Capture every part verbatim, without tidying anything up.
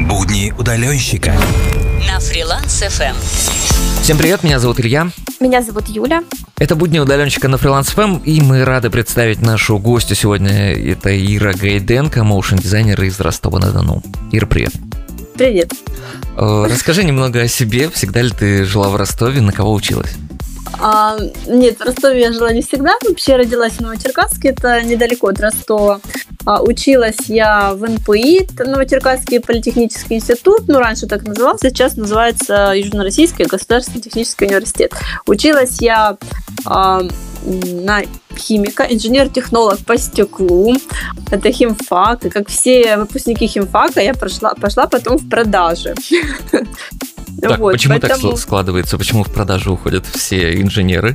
Будни удаленщика на Freelance эф эм. Всем привет, меня зовут Илья. Меня зовут Юля. Это «Будни удаленщика» на Freelance эф эм, и мы рады представить нашу гостью сегодня. Это Ира Гайденко, моушн-дизайнер из Ростова-на-Дону. Ира, привет. Привет. Расскажи немного о себе. Всегда ли ты жила в Ростове? На кого училась? А, нет, в Ростове я жила не всегда. Вообще родилась в Новочеркасске, это недалеко от Ростова. А, училась я в эн пэ и, Новочеркасский политехнический институт. Ну, раньше так назывался, сейчас называется Южно-Российский государственный технический университет. Училась я а, на химика, инженер-технолог по стеклу. Это химфак. И как все выпускники химфака, я прошла, пошла потом в продажи. Так, вот, почему поэтому... так складывается? Почему в продажу уходят все инженеры?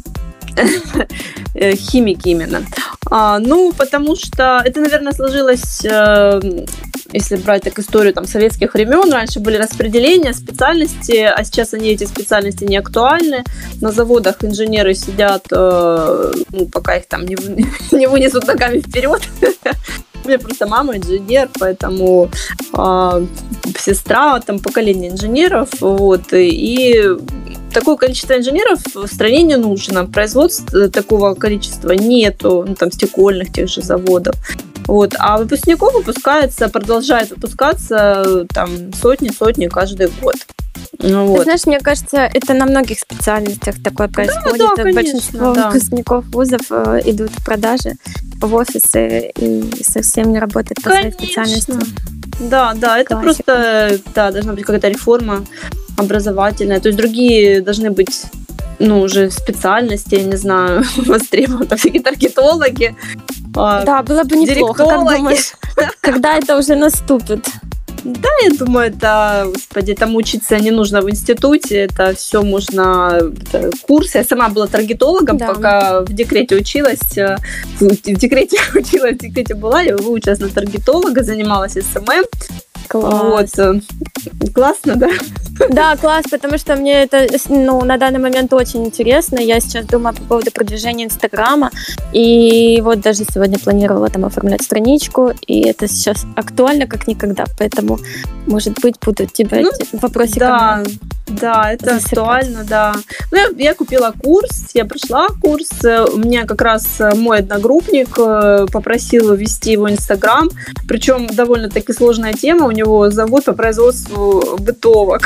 Химики именно. А, ну, потому что это, наверное, сложилось, э, если брать так историю там, советских времен. Раньше были распределения, специальности, а сейчас они, эти специальности, не актуальны. На заводах инженеры сидят, э, ну, пока их там не, не вынесут ногами вперед. У меня просто мама инженер, поэтому э, сестра, там поколение инженеров, вот, и такое количество инженеров в стране не нужно, производства такого количества нету, ну, там, стекольных тех же заводов, вот, а выпускников выпускается, продолжает выпускаться там сотни-сотни каждый год. Ну, вот. Ты знаешь, мне кажется, это на многих специальностях такое происходит. Да, да, конечно, большинство да. выпускников вузов э, идут в продажи, в офисы и совсем не работают по своей специальности. Да, да, это Классика. просто, да, должна быть какая-то реформа образовательная. То есть другие должны быть, ну, уже специальности, я не знаю, востребованы, там всякие таргетологи. Да, было бы неплохо. Как думаешь, когда это уже наступит? Да, я думаю, это, господи, там учиться не нужно в институте, это все можно, это курсы. Я сама была таргетологом, да. Пока в декрете училась, в декрете училась, в декрете была, я выучилась на таргетолога, занималась эс эм эм. Класс. Вот. Классно, да? Да, класс, потому что мне это, ну, на данный момент очень интересно. Я сейчас думаю по поводу продвижения Инстаграма, и вот даже сегодня планировала там оформлять страничку, и это сейчас актуально как никогда, поэтому, может быть, будут тебя ну, эти вопросы да, да, это засыпать. Актуально, да. Ну, я, я купила курс, я прошла курс, у меня как раз мой одногруппник попросил ввести его Инстаграм, причем довольно-таки сложная тема, у него завод по производству бытовок.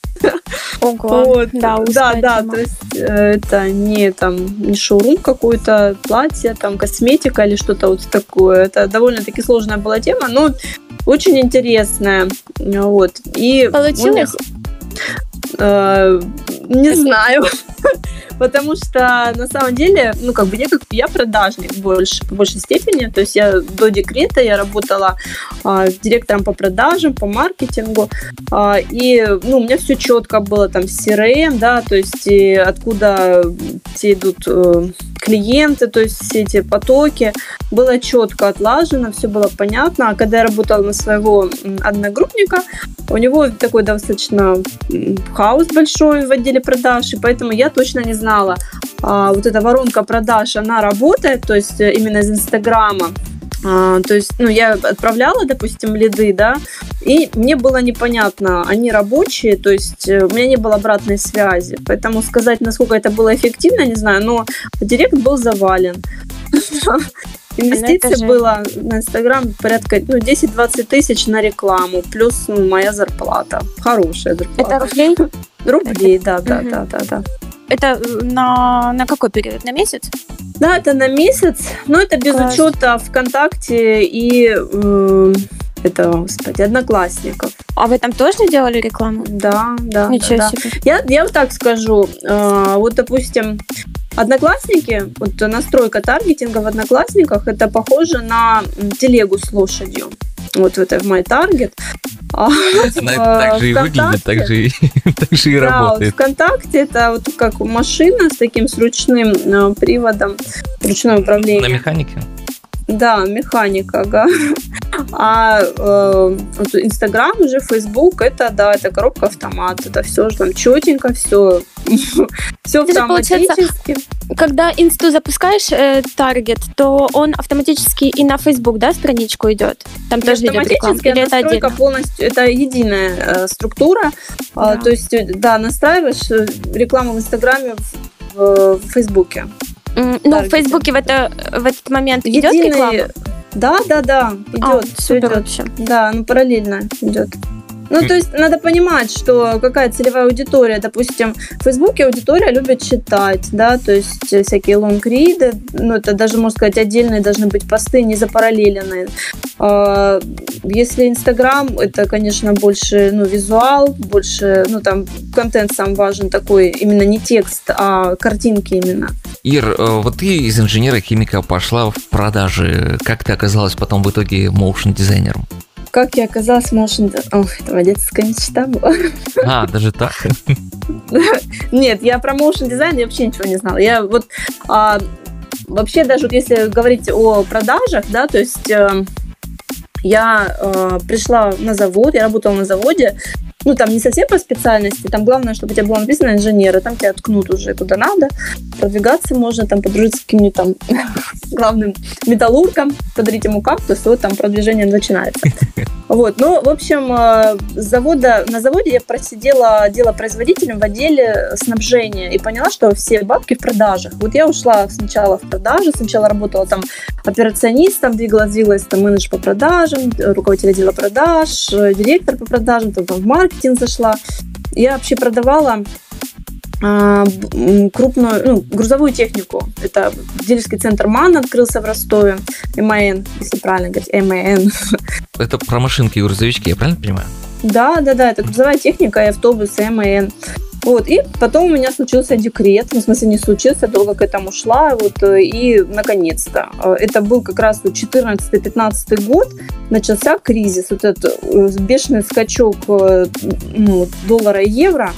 Ого, вот. да, да, да, то есть это не там не шоурум какой-то, платье, там косметика или что-то вот такое. Это довольно-таки сложная была тема, но очень интересная. Вот. И получилось? Э, не знаю. Потому что на самом деле, ну, как бы я, как, я продажник больше, в большей степени. То есть я до декрета я работала а, директором по продажам, по маркетингу. А, и, ну, у меня все четко было там с си ар эм, да, то есть и откуда все идут э, клиенты, то есть все эти потоки. Было четко отлажено, все было понятно. А когда я работала на своего одногруппника, у него такой достаточно хаос большой в отделе продаж, и поэтому я точно не знала, а, вот эта воронка продаж, она работает, то есть именно из Инстаграма. А, то есть, ну, я отправляла, допустим, лиды, да, и мне было непонятно, они рабочие, то есть у меня не было обратной связи, поэтому сказать, насколько это было эффективно, не знаю, но директ был завален. Инвестиций было на Инстаграм порядка ну, десять-двадцать тысяч на рекламу, плюс ну, моя зарплата. Хорошая зарплата. Это рублей? Рублей, да, да, да, да, да. Это на, на какой период? На месяц? Да, это на месяц, но это без Класс. Учета ВКонтакте и э, это, господи, Одноклассников. А вы там тоже делали рекламу? Да, да. Ничего да, себе. Да. Я, я вот так скажу, э, вот, допустим, Одноклассники, вот настройка таргетинга в Одноклассниках, это похоже на телегу с лошадью. Вот это в MyTarget. А, Она так же и выглядит, так же и, так же и да, работает. Вот ВКонтакте это вот как машина с таким с ручным э, приводом, ручное управление. На механике? Да, механика, ага. А э, вот Инстаграм уже, Фейсбук, это, да, это коробка автомат, это все же там четенько, все, все автоматически. когда инсту запускаешь э, таргет, то он автоматически и на Facebook, да, страничку идет? Там тоже идет реклама? Или это отдельно? Полностью, это единая э, структура. Да. Э, то есть, да, настраиваешь рекламу в Инстаграме, в, в, в Фейсбуке. Mm, ну, в Фейсбуке в, это, в этот момент идет Единый... реклама? Да, да, да, идет. А, все идет. Вообще. Да, ну параллельно идет. Ну, то есть надо понимать, что какая целевая аудитория. Допустим, в Фейсбуке аудитория любит читать, да, то есть всякие лонгриды, ну, это даже, можно сказать, отдельные должны быть посты, не запараллеленные. Если Инстаграм, это, конечно, больше, ну, визуал, больше, ну, там, контент сам важен такой, именно не текст, а картинки именно. Ир, вот ты из инженера-химика пошла в продажи. Как ты оказалась потом в итоге моушн-дизайнером? Как я оказалась моушн... Ох, это моя детская мечта была. А, даже так? Нет, я про моушн дизайн вообще ничего не знала. Я вот а, вообще даже вот если говорить о продажах, да, то есть э, я э, пришла на завод, я работала на заводе, ну, там не совсем по специальности, там главное, чтобы у тебя было написано инженер, и там тебя ткнут уже куда надо, продвигаться можно, там подружиться с каким-нибудь там главным металлургом, подарить ему кактус, и вот там продвижение начинается. Вот, ну, в общем, с завода, на заводе я просидела делопроизводителем в отделе снабжения и поняла, что все бабки в продажах. Вот я ушла сначала в продажи, сначала работала там операционистом, двигалась, двигалась там менеджер по продажам, руководитель отдела продаж, директор по продажам, там, там в маркетинг зашла. Я вообще продавала а, крупную, ну, грузовую технику. Это дилерский центр МАН открылся в Ростове. МАН, если правильно говорить, МАН. Это про машинки и грузовички, я правильно понимаю? Да, да, да, это грузовая техника и автобусы МАН. Вот, и потом у меня случился декрет, в смысле не случился, долго к этому шла, вот, и наконец-то. Это был как раз четырнадцатый-пятнадцатый год, начался кризис, вот этот бешеный скачок, ну, доллара и евро.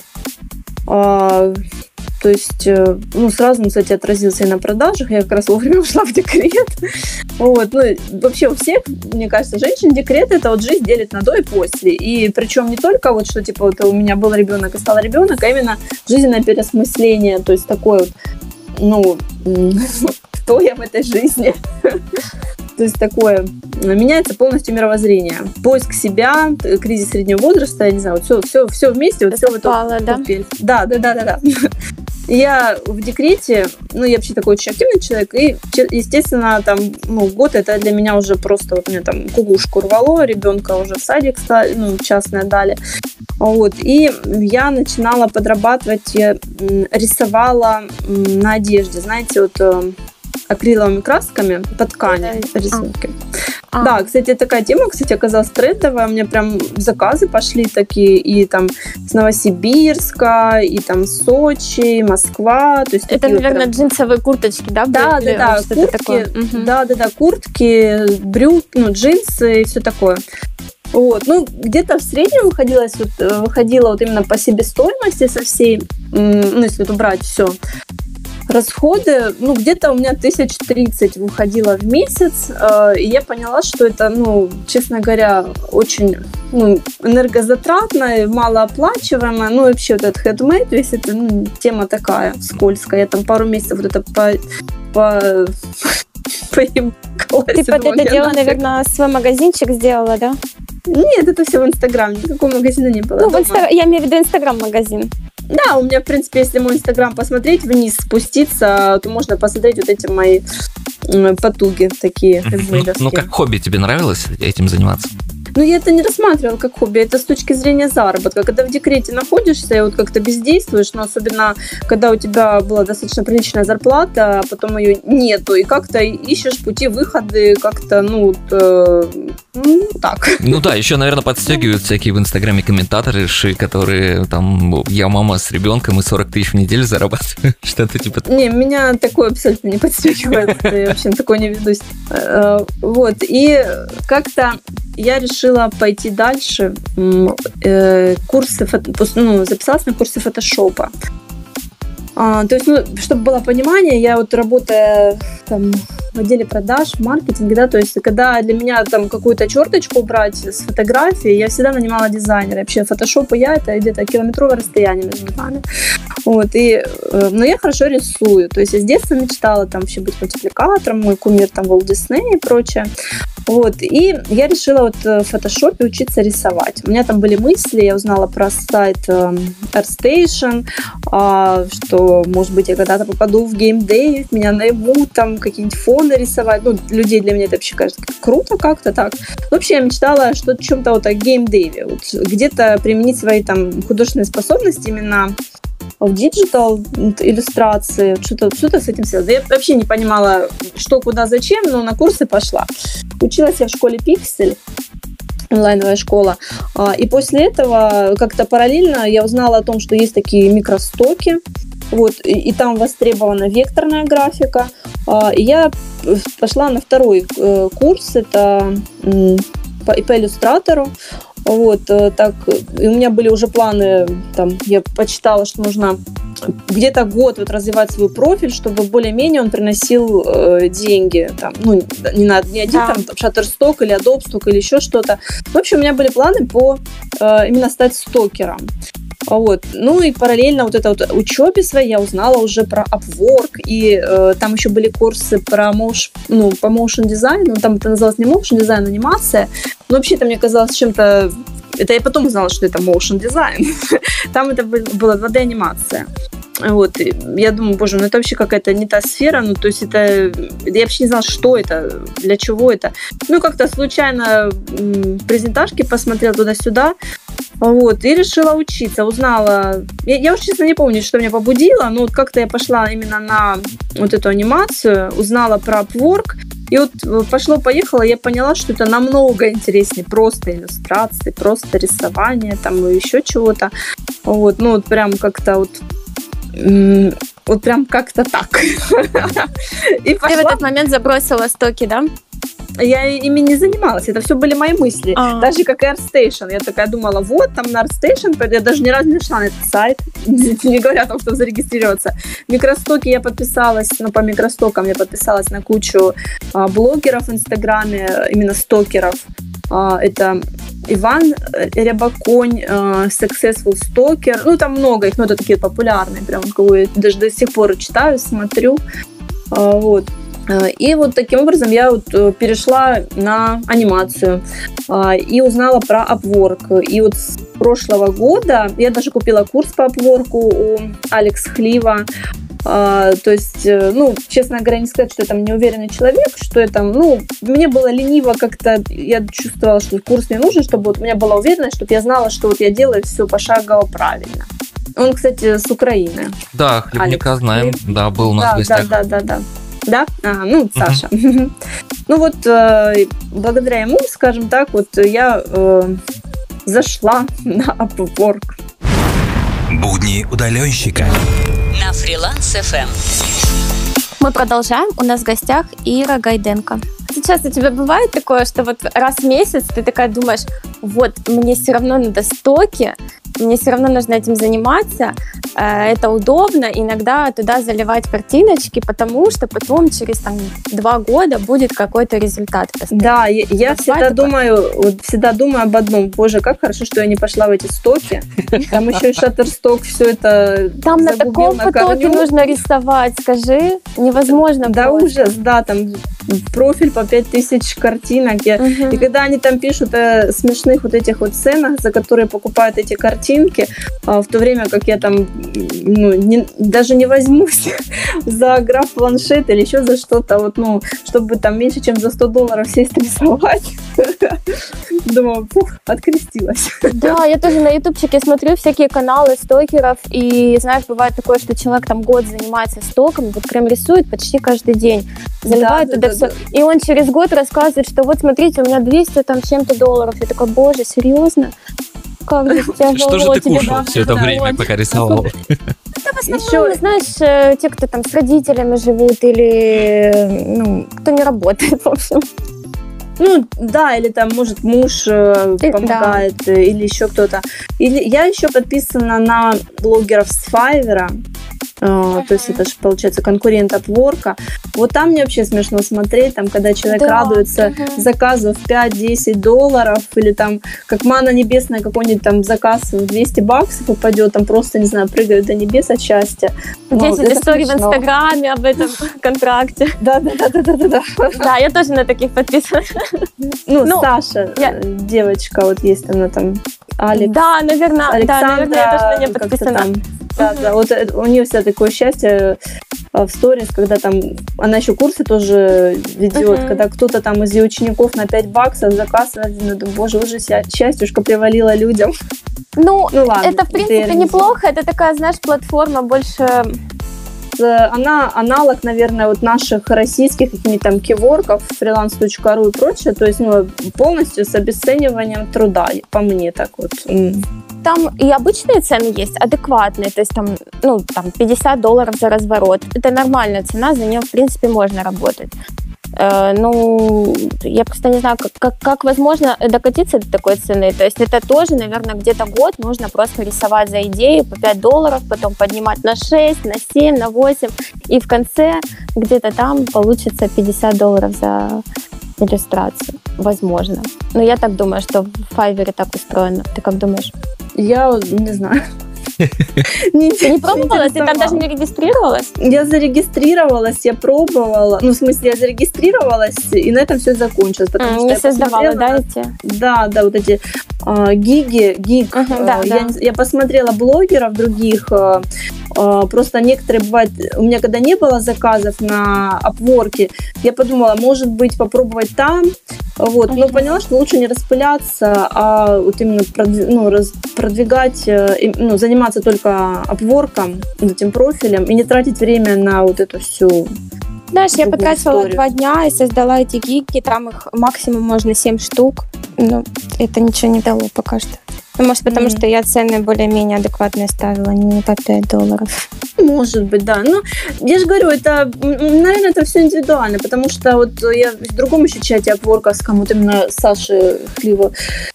То есть, ну, сразу, кстати, отразился и на продажах. Я как раз вовремя ушла в декрет. Вот. Ну, вообще у всех, мне кажется, женщин декрет — это вот жизнь делит на до и после. И причем не только вот, что типа вот у меня был ребенок и стал ребенок, а именно жизненное переосмысление. То есть такое вот, ну, кто я в этой жизни? То есть такое, меняется полностью мировоззрение. Поиск себя, кризис среднего возраста, я не знаю, вот все, все, все вместе, вот это все в эту да? Да, да, да, да, да. Я в декрете, ну, я вообще такой очень активный человек, и, естественно, там, ну, год это для меня уже просто, вот мне там кукушку рвало, ребенка уже в садик стали, ну, частное дали. Вот, и я начинала подрабатывать, я рисовала на одежде, знаете, вот акриловыми красками по ткани рисунки. А. Да, кстати, такая тема, кстати, оказалась трендовая. У меня прям заказы пошли такие и там с Новосибирска, и там Сочи, Москва. То есть это, наверное, прям... джинсовые курточки, да? Да, да, да, куртки, угу. да, да, да, куртки, брюк, ну, джинсы и все такое. Вот, ну, где-то в среднем выходила, вот, выходила вот именно по себестоимости со всей, ну, если вот убрать все. Расходы, ну, где-то у меня тысяч тридцать выходило в месяц, э, и я поняла, что это, ну, честно говоря, очень, ну, энергозатратно, малооплачиваемо, ну, вообще вот этот handmade, весь это, ну, тема такая скользкая, я там пару месяцев вот это по... по... Ты под это дело, наверное, свой магазинчик сделала, да? Нет, это все в Инстаграме, никакого магазина не было. Ну, в инста... я имею в виду Инстаграм-магазин. Да, у меня, в принципе, если мой Инстаграм посмотреть, вниз спуститься, то можно посмотреть вот эти мои потуги такие. Ну, ну, как хобби тебе нравилось этим заниматься? Ну, я это не рассматривала как хобби, это с точки зрения заработка. Когда в декрете находишься и вот как-то бездействуешь, но особенно, когда у тебя была достаточно приличная зарплата, а потом ее нету, и как-то ищешь пути выхода, как-то, ну, э, ну, так. Ну да, еще, наверное, подстегивают всякие в Инстаграме комментаторы, которые там, я мама с ребенком и сорок тысяч в неделю зарабатываю, что-то типа. Не, меня такое абсолютно не подстегивает, я вообще на такое не ведусь. Вот, и как-то я решила пойти дальше. Курсы, ну, записалась на курсы фотошопа. А, то есть, ну, чтобы было понимание, я вот работая там в отделе продаж, в маркетинге, да, то есть когда для меня там какую-то черточку брать с фотографии, я всегда нанимала дизайнера. Вообще фотошоп и я, это где-то километровое расстояние между нами. Вот, и, но я хорошо рисую, то есть я с детства мечтала там вообще быть мультипликатором, мой кумир там Walt Disney и прочее. Вот, и я решила вот в фотошопе учиться рисовать. У меня там были мысли, я узнала про сайт ArtStation, что, может быть, я когда-то попаду в геймдей, меня наймут там какие-нибудь фоны рисовать. Ну, людей для меня это вообще кажется круто как-то так. Вообще я мечтала что о чем-то вот о геймдеве, вот, где-то применить свои там художественные способности именно в диджитал иллюстрации, что-то, что-то с этим связано. Я вообще не понимала, что, куда, зачем, но на курсы пошла. Училась я в школе Pixel, онлайновая школа. И после этого как-то параллельно я узнала о том, что есть такие микростоки, вот, и, и там востребована векторная графика. И я пошла на второй курс, это по, по иллюстратору. Вот, так, и у меня были уже планы, там, я почитала, что нужно где-то год вот развивать свой профиль, чтобы более-менее он приносил э, деньги, там, ну, не, на, не один да. там Shutterstock или Adobe Stock или еще что-то. В общем, у меня были планы по э, именно стать стокером. Вот. Ну и параллельно вот это вот учебе своей я узнала уже про Upwork, и э, там еще были курсы про motion, ну, по motion дизайну, там это называлось не motion дизайн, анимация, но вообще-то мне казалось чем-то, это я потом узнала, что это motion дизайн, там это была два дэ анимация. Вот, я думаю, боже, ну это вообще какая-то не та сфера, ну то есть это, я вообще не знала, что это, для чего это. Ну как-то случайно м, презентажки посмотрела туда-сюда, вот, и решила учиться, узнала, я, я уж честно не помню, что меня побудило, но вот как-то я пошла именно на вот эту анимацию, узнала про Upwork, и вот пошло-поехало, я поняла, что это намного интереснее просто иллюстрации, просто рисование, там еще чего-то, вот, ну вот прям как-то вот вот прям как-то так. И пошла... Ты в этот момент забросила стоки, да? Я ими не занималась, это все были мои мысли. А-а-а. Даже как и ArtStation. Я такая думала, вот, там на ArtStation, я даже ни разу не шла на этот сайт, не говоря о том, что зарегистрироваться. Микростоки я подписалась, ну, по микростокам я подписалась на кучу а, блогеров в Инстаграме, именно стокеров. А, это Иван Рябоконь, Successful Stalker, ну там много их, но это такие популярные, прям кого я даже до сих пор читаю, смотрю, вот. И вот таким образом я вот перешла на анимацию и узнала про Upwork. И вот с прошлого года я даже купила курс по Upwork у Алекс Хлива. Uh, то есть, ну, честно говоря, не сказать, что я там неуверенный человек, что я там, ну, мне было лениво как-то, я чувствовала, что курс мне нужен, чтобы вот у меня была уверенность, чтобы я знала, что вот я делаю все пошагово правильно. Он, кстати, с Украины. Да, Хлебника Алекс, знаем, Хлеб. Да, был у нас да, в гостях. Да, да, да, да. Да? Ага, ну, Саша. Uh-huh. Ну вот, э, благодаря ему, скажем так, вот я э, зашла на Upwork. Будни удаленщика. На Фриланс эф эм. Мы продолжаем. У нас в гостях Ира Гайденко. Сейчас у тебя бывает такое, что вот раз в месяц ты такая думаешь, вот, мне все равно надо стоки, мне все равно нужно этим заниматься, это удобно, иногда туда заливать картиночки, потому что потом через там, два года будет какой-то результат. Да, я, я всегда думаю, вот, всегда думаю об одном, боже, как хорошо, что я не пошла в эти стоки, там еще и Shutterstock все это там на таком потоке нужно рисовать, скажи, невозможно. Да ужас, да, там профиль по пять тысяч картинок. Я, uh-huh. И когда они там пишут о смешных вот этих вот ценах, за которые покупают эти картинки, а, в то время как я там ну, не, даже не возьмусь за граф-планшет или еще за что-то, вот, ну, чтобы там меньше, чем за сто долларов сесть рисовать. Думаю, фух, открестилась. Да, я тоже на ютубчике смотрю всякие каналы стокеров, и, знаешь, бывает такое, что человек там год занимается стоком, вот прям рисует почти каждый день, заливает да, туда да, все. Да. И он через год рассказывает, что вот смотрите, у меня двести там чем-то долларов. Я такая, боже, серьезно? Как же тяжело. Что же ты тебе, кушал да? все это да, время, вот. Пока рисовал? Это в основном, Еще... знаешь, те, кто там с родителями живут или ну, кто не работает, в общем. Ну, да, или там, может, муж э, помогает, да. Или еще кто-то. Или я еще подписана на блогеров с Fiverr. Uh, то есть это же, получается, конкурент Upwork. Вот там мне вообще смешно смотреть, там, когда человек да, радуется uh-huh. заказу в пять-десять долларов, или там, как манна небесная, какой-нибудь там заказ в двести баксов упадет, там просто, не знаю, прыгают до небес от счастья. десять историй в Инстаграме об этом контракте. Да-да-да-да-да. Да, я тоже на таких подписана. Ну, Саша, девочка, вот есть она там, Алекс. Да, наверное, да, наверное, я тоже на нее подписана. Да, да, вот у нее всегда такое счастье в сторис, когда там, она еще курсы тоже ведет, uh-huh. когда кто-то там из ее учеников на пять баксов заказ, я думаю, боже, уже счастьюшка привалила людям. Ну, ну ладно, это в принципе это неплохо, это такая, знаешь, платформа больше... Она аналог, наверное, вот наших российских каких-нибудь там киворков, фриланс точка ру и прочее, то есть ну, полностью с обесцениванием труда, по мне так вот. Там и обычные цены есть, адекватные, то есть там, ну, там пятьдесят долларов за разворот. Это нормальная цена, за нее, в принципе, можно работать. Э, ну, я просто не знаю, как, как, как возможно докатиться до такой цены. То есть это тоже, наверное, где-то год нужно просто рисовать за идею по пять долларов, потом поднимать на шесть, на семь, на восемь, и в конце где-то там получится пятьдесят долларов за иллюстрацию. Возможно. Но я так думаю, что в Fiverr так устроено. Ты как думаешь? Я не знаю. Не, ты не пробовала? Ты там даже не регистрировалась? Я зарегистрировалась, я пробовала. Ну, в смысле, я зарегистрировалась, и на этом все закончилось. А, не создавала, да, эти? Да, да, вот эти а, гиги, гиг. Uh-huh, да, я, да. я посмотрела блогеров других, а, а, просто некоторые бывают... У меня когда не было заказов на Upwork, я подумала, может быть, попробовать там, вот, uh-huh. но поняла, что лучше не распыляться, а вот именно продвиг, ну, раз, продвигать, ну, заниматься только Upwork'ом, этим профилем, и не тратить время на вот эту всю... Знаешь, я потратила историю. два дня и создала эти гиги, там их максимум можно семь штук, но это ничего не дало пока что. Ну, может, потому mm-hmm. что я цены более-менее адекватные ставила, не по пять долларов. Может быть, да. Ну, я же говорю, это, наверное, это все индивидуально, потому что вот я в другом еще чате Upwork'овском, вот именно Саши Хливо,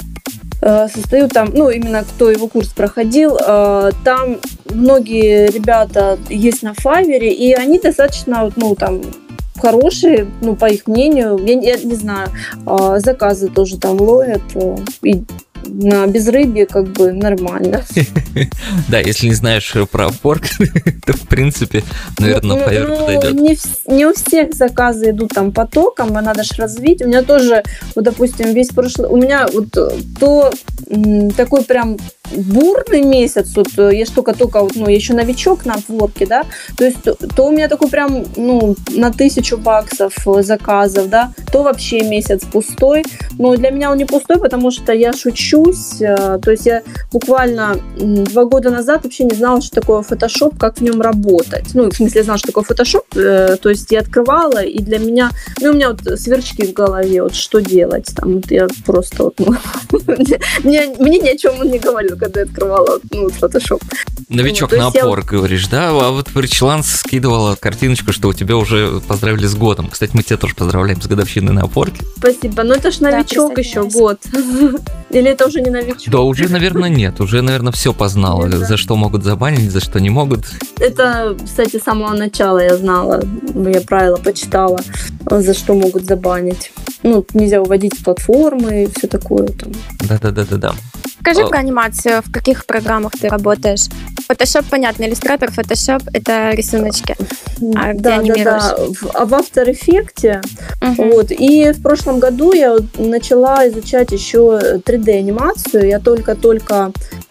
состою там, ну, именно кто его курс проходил, там многие ребята есть на Fiverr, и они достаточно, ну, там, хорошие, ну, по их мнению, я, я не знаю, заказы тоже там ловят, и на безрыбье как бы нормально. Да, если не знаешь про Upwork, то в принце, наверное, на Fiverr подойдет. Не у всех заказы идут там потоком, а надо же развить. У меня тоже, вот, допустим, весь прошлый... У меня вот то такой прям бурный месяц, вот я ж только-только, вот, ну, я еще новичок на Upwork, да, то есть то, то у меня такой прям, ну, на тысячу баксов заказов, да, то вообще месяц пустой, но для меня он не пустой, потому что я шучусь, то есть я буквально два года назад вообще не знала, что такое Photoshop, как в нем работать, ну, в смысле, я знала, что такое Photoshop, то есть я открывала, и для меня, ну, у меня вот сверчки в голове, вот что делать, там, вот я просто вот, ну, мне, мне ни о чем он не говорил, когда я открывала, ну, Photoshop. Новичок вот, на Upwork, я... говоришь, да? А вот Фриланс скидывала картиночку, что у тебя уже поздравили с годом. Кстати, мы тебя тоже поздравляем с годовщиной на Upwork. Спасибо. Но это ж новичок да, еще год. Или это уже не новичок? Да, уже, наверное, нет. Уже, наверное, все познала. Нет, да. За что могут забанить, за что не могут. Это, кстати, с самого начала я знала. Я правила почитала, за что могут забанить. Ну, нельзя уводить с платформы и все такое там. Да-да-да-да-да. Скажи О. про анимацию, в каких программах ты работаешь? Photoshop, понятно, иллюстратор, Photoshop — это рисуночки. А где да, анимируешь? Да, да, в, в After Effects. Uh-huh. Вот. И в прошлом году я начала изучать еще три дэ-анимацию. Я только-только...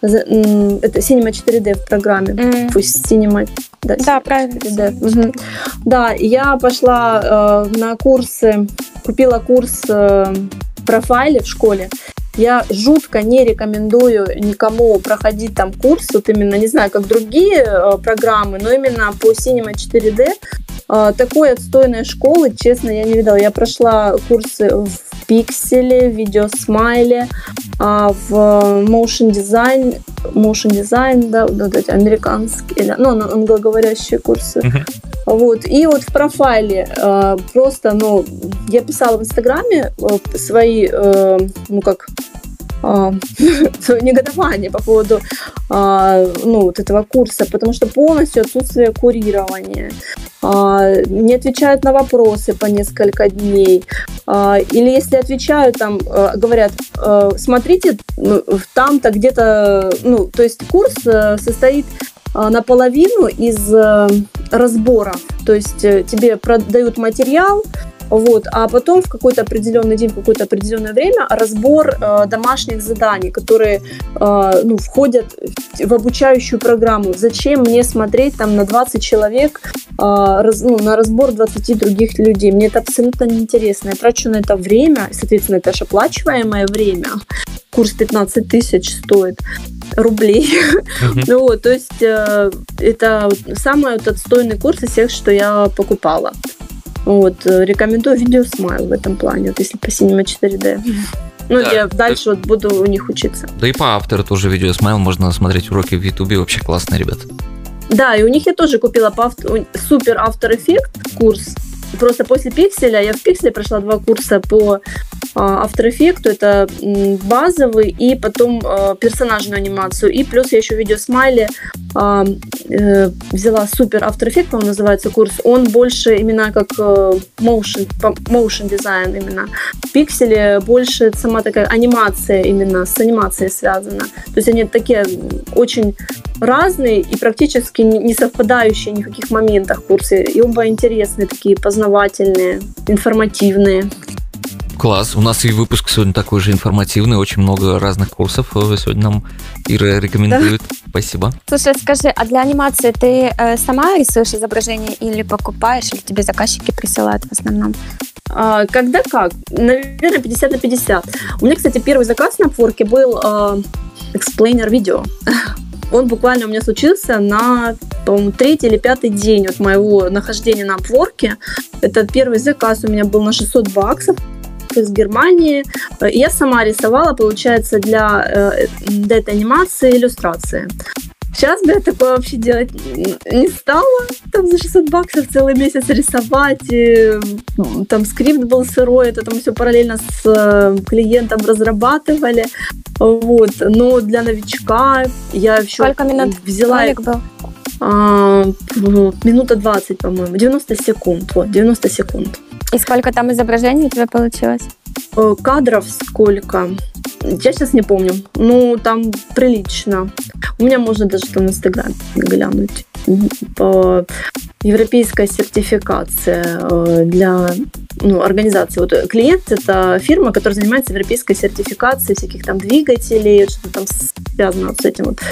Это Cinema четыре дэ в программе. Uh-huh. Пусть Cinema... Да, да правильно. Угу. Да, я пошла э, на курсы, купила курс э, профайли в школе. Я жутко не рекомендую никому проходить там курс, вот именно, не знаю, как другие э, программы, но именно по Cinema четыре дэ. Э, такой отстойной школы, честно, я не видела. Я прошла курсы в Pixel, в Видеосмайле, э, в Motion Design, Motion Design, да, вот эти американские, ну, англоговорящие курсы. Uh-huh. Вот. И вот в профайле э, просто, ну, я писала в Инстаграме э, свои, э, ну, как негодование по поводу ну, вот этого курса, потому что полностью отсутствие курирования. Не отвечают на вопросы по несколько дней. Или если отвечают, там говорят, смотрите, там-то где-то... Ну, то есть курс состоит наполовину из разборов. То есть тебе продают материал, вот, а потом в какой-то определенный день, в какое-то определенное время разбор э, домашних заданий, которые э, ну, входят в обучающую программу. Зачем мне смотреть там на двадцать человек, э, раз, ну, на разбор двадцати других людей? Мне это абсолютно неинтересно. Я трачу на это время, соответственно, это же оплачиваемое время. Курс пятнадцать тысяч стоит рублей. Uh-huh. Ну, вот, то есть э, это самый вот, отстойный курс из всех, что я покупала. Вот, рекомендую Видеосмайл в этом плане, вот, если по Cinema четыре дэ. Ну, да, я дальше вот буду у них учиться. Да и по автору тоже Видеосмайл, можно смотреть уроки в Ютубе, вообще классные ребята. Да, и у них я тоже купила по автор... супер After Effects курс. Просто после Пикселя, я в Пикселе прошла два курса по After Effects, это базовый, и потом э, персонажную анимацию, и плюс я еще в Видеосмайле э, э, взяла супер After Effects, по-моему, называется курс, он больше именно как э, motion, motion дизайн именно. В Пикселе больше сама такая анимация именно, с анимацией связана. То есть они такие очень разные и практически не совпадающие ни в каких моментах курсы, и оба интересные, такие познавательные, информативные. Класс. У нас и выпуск сегодня такой же информативный, очень много разных курсов сегодня нам Ира рекомендует. Да. Спасибо. Слушай, скажи, а для анимации ты э, сама рисуешь изображение или покупаешь, или тебе заказчики присылают в основном? А, когда как? Наверное, пятьдесят на пятьдесят. У меня, кстати, первый заказ на Upwork был э, эксплейнер видео. Он буквально у меня случился на, по-моему, третий или пятый день от моего нахождения на Upwork. Это первый заказ у меня был на шестьсот баксов из Германии. Я сама рисовала, получается, для, для этой анимации иллюстрации. Сейчас бы я такое вообще делать не стала. Там за шестьсот баксов целый месяц рисовать. И, там скрипт был сырой, это там все параллельно с клиентом разрабатывали. Вот. Но для новичка я еще Сколько минут взяла... ролик был? А, минута двадцать, по-моему. девяносто секунд. Вот, девяносто секунд. И сколько там изображений у тебя получилось? Кадров сколько? Я сейчас не помню. Ну, там прилично. У меня можно даже там в Инстаграме глянуть. По европейская сертификация для ну, организации. Вот клиент – это фирма, которая занимается европейской сертификацией всяких там двигателей, что-то там связано вот с этим вот.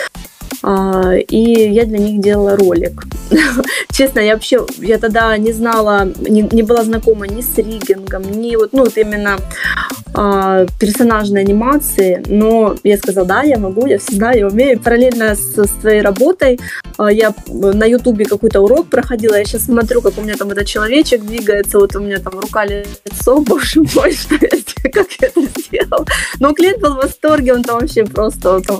И я для них делала ролик. Честно, я вообще, я тогда не знала, не, не была знакома ни с риггингом, ни вот, ну, вот именно а, персонажной анимации, но я сказала, да, я могу, я всегда, я умею. Параллельно с, с твоей работой а, я на Ютубе какой-то урок проходила, я сейчас смотрю, как у меня там этот человечек двигается, вот у меня там рука, лицо, боже мой, что я, как я это сделала. Но клиент был в восторге, он там вообще просто... Вот, он,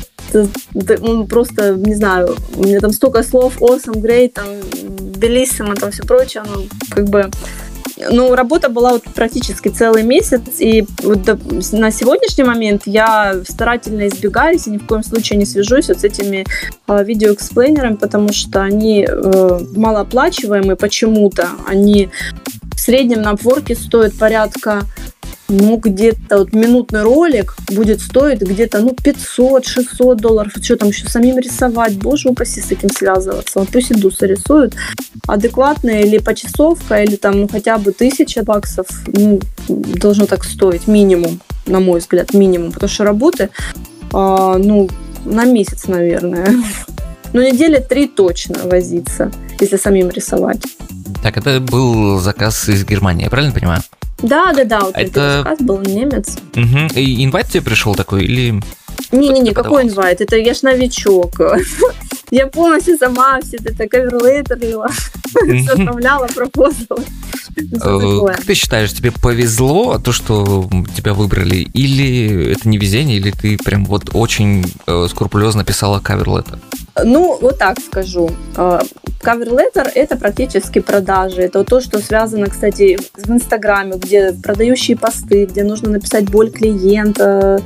он просто, не знаю, у меня там столько слов, awesome, great, там, bellissimo, там все прочее, ну, как бы, ну, работа была вот практически целый месяц, и вот до, на сегодняшний момент я старательно избегаюсь и ни в коем случае не свяжусь вот с этими э, видеоэксплейнерами, потому что они э, малооплачиваемые почему-то, они в среднем на Upwork стоят порядка ну, где-то вот минутный ролик будет стоить где-то, ну, пятьсот-шестьсот долларов. Что там еще самим рисовать? Боже упаси, с этим связываться. Вот пусть индусы рисуют. Адекватно или почасовка, или там, ну, хотя бы тысяча баксов, ну, должно так стоить. Минимум, на мой взгляд, минимум. Потому что работы, а, ну, на месяц, наверное. Ну, недели три точно возиться, если самим рисовать. Так, это был заказ из Германии, я правильно понимаю? Да, да, да, вот это... этот заказ был немец. Угу. И инвайт тебе пришел такой или... Не-не-не, какой инвайт? Это я ж новичок. Я полностью сама все это каверлеттерила, составляла пропозалы. Как ты считаешь, тебе повезло то, что тебя выбрали, или это не везение, или ты прям вот очень скрупулезно писала каверлеттер? Ну, вот так скажу. Каверлеттер – это практически продажи. Это вот то, что связано, кстати, в Инстаграме, где продающие посты, где нужно написать боль клиента,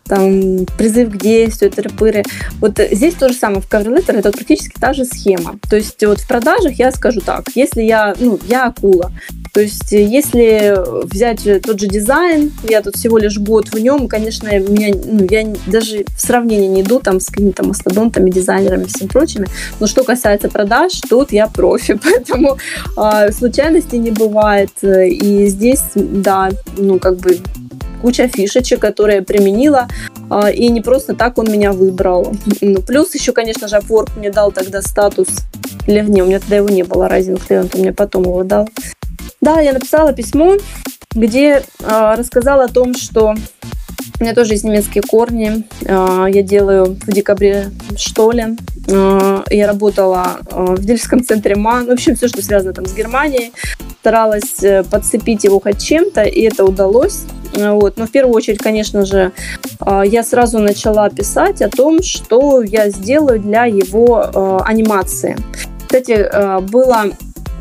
там призыв к действию, тыры-пыры. Вот здесь то же самое, в CoverLetter это практически та же схема. То есть вот в продажах я скажу так, если я, ну, я акула, то есть если взять тот же дизайн, я тут всего лишь год в нем, конечно, меня, ну, я даже в сравнении не иду там с какими-то мастодонтами, дизайнерами и всем прочими, но что касается продаж, тут я профи, поэтому э, случайностей не бывает, и здесь, да, ну, как бы куча фишечек, которые я применила, и не просто так он меня выбрал. Ну, плюс еще, конечно же, Upwork мне дал тогда статус, или не, у меня тогда его не было, Rising Talent, он мне потом его дал. Да, я написала письмо, где э, рассказала о том, что у меня тоже есть немецкие корни, э, я делаю в декабре штолен, э, я работала э, в дилерском центре МАН, в общем, все, что связано там с Германией, старалась подцепить его хоть чем-то, и это удалось. Вот. Но в первую очередь, конечно же, я сразу начала писать о том, что я сделаю для его анимации. Кстати, было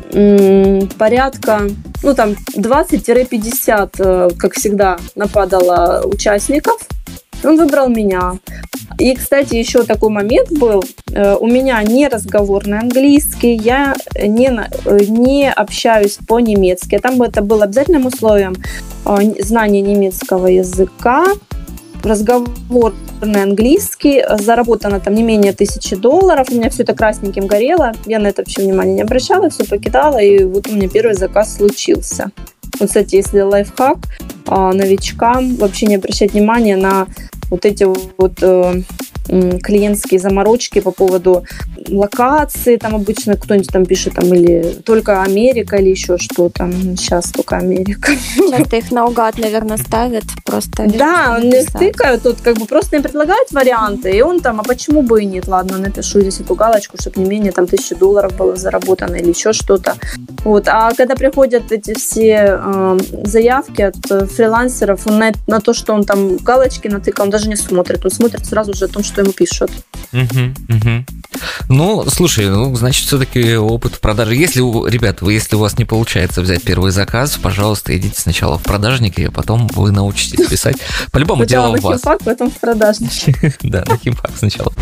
порядка, ну там двадцать-пятьдесят, как всегда, нападало участников. Он выбрал меня. И, кстати, еще такой момент был. У меня не разговорный английский, я не, не общаюсь по-немецки. Там это было обязательным условием знание немецкого языка, разговорный английский, заработано там не менее тысячи долларов. У меня все это красненьким горело. Я на это вообще внимания не обращала, все покидала, и вот у меня первый заказ случился. Вот, кстати, если лайфхак новичкам, вообще не обращать внимания на вот эти вот э, клиентские заморочки по поводу локации, там обычно кто-нибудь там пишет, там, или только Америка, или еще что-то. Сейчас только Америка. Часто их наугад, наверное, ставят просто. Да, он не стыкают, тут как бы просто им предлагают варианты, и он там, а почему бы и нет, ладно, напишу здесь эту галочку, чтобы не менее там тысячу долларов было заработано или еще что-то. Вот. А когда приходят эти все э, заявки от фрилансеров, он на, на то, что он там галочки натыкал, он даже не смотрит, он смотрит сразу же о том, что ему пишут. Угу, угу. Ну, слушай, ну, значит, все-таки опыт в продаже. Если, у, ребят, вы, если у вас не получается взять первый заказ, пожалуйста, идите сначала в продажники, а потом вы научитесь писать. По-любому дело у вас. Сначала на химфак, потом в продажники. Да, на химфак сначала.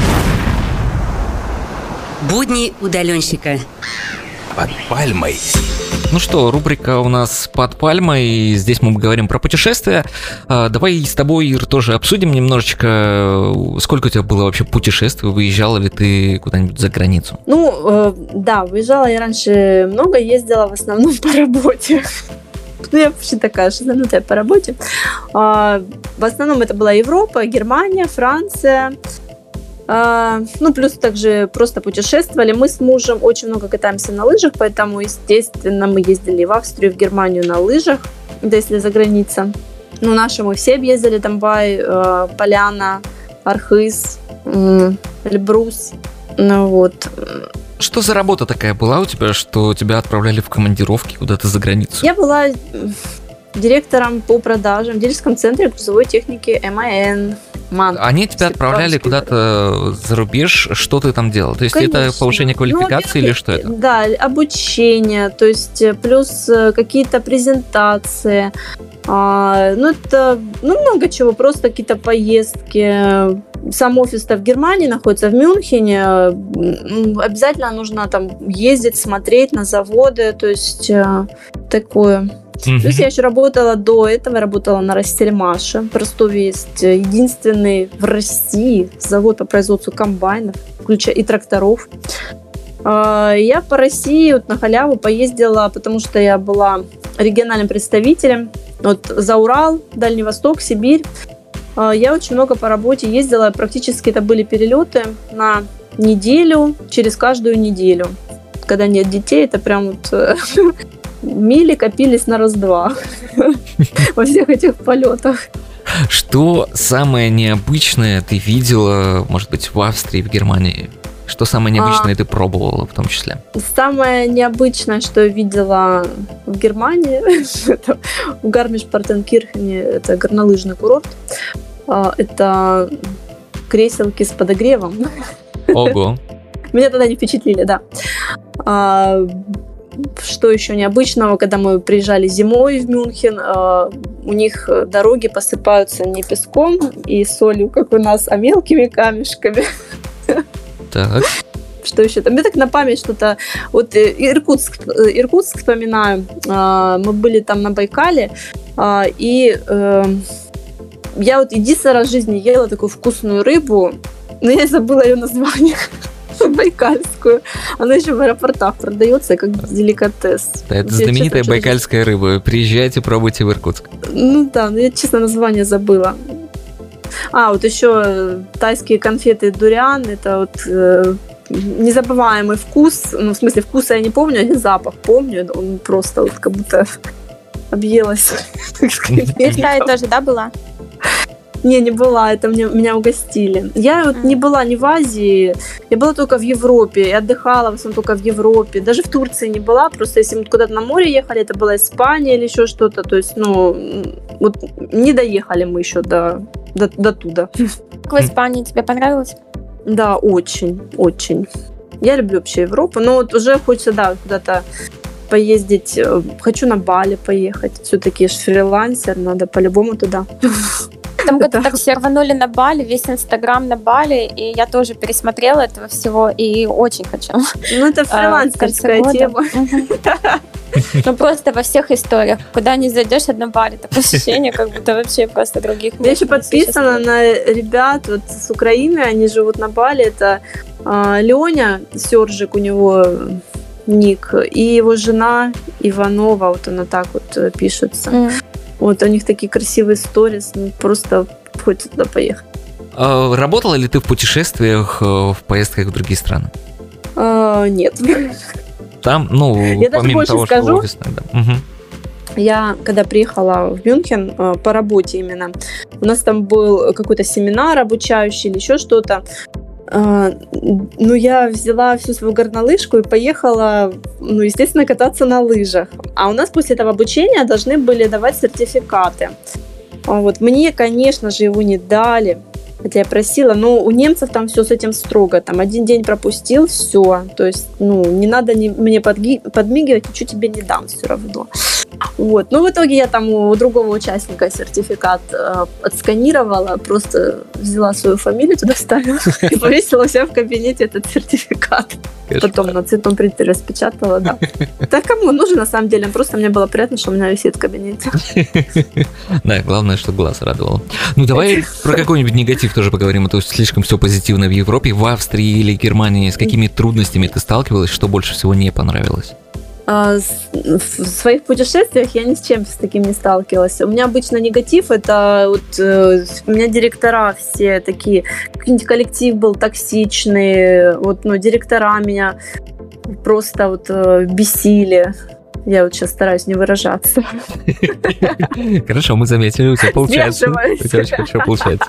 Будни удаленщика. Под пальмой. Ну что, рубрика у нас «Под пальмой», и здесь мы говорим про путешествия. Давай с тобой, Ир, тоже обсудим немножечко, сколько у тебя было вообще путешествий, выезжала ли ты куда-нибудь за границу? Ну, да, выезжала я раньше много, ездила в основном по работе. Ну, я вообще такая шизанутая по работе. В основном это была Европа, Германия, Франция. Uh, ну, плюс также просто путешествовали. Мы с мужем очень много катаемся на лыжах, поэтому, естественно, мы ездили в Австрию, в Германию на лыжах, да, если за граница. Ну, наши мы все объездили, Домбай, uh, Поляна, Архыз, uh, Эльбрус, ну, вот. Что за работа такая была у тебя, что тебя отправляли в командировки куда-то за границу? Я была директором по продажам в дилерском центре грузовой техники эм ай эн. Ман. Они тебя отправляли куда-то за рубеж, что ты там делал? То есть Конечно. Это повышение квалификации ну, или что это? Да, обучение, то есть плюс какие-то презентации, а, ну это ну, много чего, просто какие-то поездки. Сам офис-то в Германии находится, в Мюнхене, обязательно нужно там ездить, смотреть на заводы, то есть такое. Mm-hmm. Плюс я еще работала до этого, работала на Ростельмаше. В Ростове есть единственный в России завод по производству комбайнов, включая и тракторов. Я по России вот на халяву поездила, потому что я была региональным представителем. Вот за Урал, Дальний Восток, Сибирь. Я очень много по работе ездила, практически это были перелеты на неделю, через каждую неделю. Когда нет детей, это прям вот... Мили копились на раз-два во всех этих полетах. Что самое необычное ты видела, может быть, в Австрии, в Германии? Что самое необычное а, ты пробовала в том числе? Самое необычное, что я видела в Германии, это в Гармиш-Партенкирхене, это горнолыжный курорт. Это креселки с подогревом. Ого. Меня тогда не впечатлили, да. что еще необычного, когда мы приезжали зимой в Мюнхен, э, у них дороги посыпаются не песком и солью, как у нас, а мелкими камешками. Так. Что еще там? Мне так на память что-то... Вот Иркутск, Иркутск вспоминаю. Мы были там на Байкале, и я вот единственный раз в жизни ела такую вкусную рыбу, но я забыла ее название. Байкальскую. Она еще в аэропортах продается как деликатес. Да, это знаменитая честно, байкальская рыба. Приезжайте, пробуйте в Иркутск. Ну да, но я, честно, название забыла. А, вот еще тайские конфеты дуриан. Это вот э, незабываемый вкус. Ну, в смысле, вкуса я не помню, а не запах помню. Он просто вот как будто объелась. Ты в Тае тоже, да, была? Не, не была, это мне, меня угостили. Я вот не была ни в Азии, я была только в Европе, и отдыхала в основном только в Европе. Даже в Турции не была, просто если мы куда-то на море ехали, это была Испания или еще что-то, то есть, ну, вот не доехали мы еще до, до, до туда. Как в Испании, тебе понравилось? Да, очень, очень. Я люблю вообще Европу, но вот уже хочется, да, куда-то поездить. Хочу на Бали поехать, все-таки же фрилансер, надо по-любому туда. В этом году так все рванули на Бали, весь Инстаграм на Бали, и я тоже пересмотрела этого всего, и очень хочу. Ну, это фрилансерская тема. Ну, просто во всех историях. Куда не зайдешь, одна Бали, такое ощущение, как будто вообще просто других мест. Я еще подписана на ребят вот с Украины, они живут на Бали, это Леня Сержик, у него ник, и его жена Иванова, вот она так вот пишется. Вот, у них такие красивые сторис, ну, просто хочется туда поехать. А, работала ли ты в путешествиях, в поездках в другие страны? А, нет. Там, ну, я помимо даже того, скажу, что офисная, да. Угу. Я, когда приехала в Мюнхен по работе именно, у нас там был какой-то семинар обучающий или еще что-то. Ну, я взяла всю свою горнолыжку и поехала, ну, естественно, кататься на лыжах. А у нас после этого обучения должны были давать сертификаты. Вот. Мне, конечно же, его не дали, хотя я просила, но у немцев там все с этим строго. Там один день пропустил, все. То есть, ну, не надо не, мне подги- подмигивать, ничего тебе не дам все равно. Вот. Но в итоге я там у другого участника сертификат э, отсканировала, просто взяла свою фамилию туда вставила и повесила у себя в кабинете этот сертификат. Потом на цветном принтере распечатала, да. Да кому нужен на самом деле? Просто мне было приятно, что у меня висит в кабинете. Да, главное, что глаз радовал. Ну, давай про какой-нибудь негатив тоже поговорим, а то слишком все позитивно в Европе. В Австрии или Германии с какими трудностями ты сталкивалась, что больше всего не понравилось? В своих путешествиях я ни с чем с таким не сталкивалась. У меня обычно негатив, это вот э, у меня директора все такие, какой-нибудь коллектив был токсичный, вот, ну, директора меня просто вот э, бесили. Я вот сейчас стараюсь не выражаться. Хорошо, мы заметили, у тебя получается. У тебя очень хорошо получается.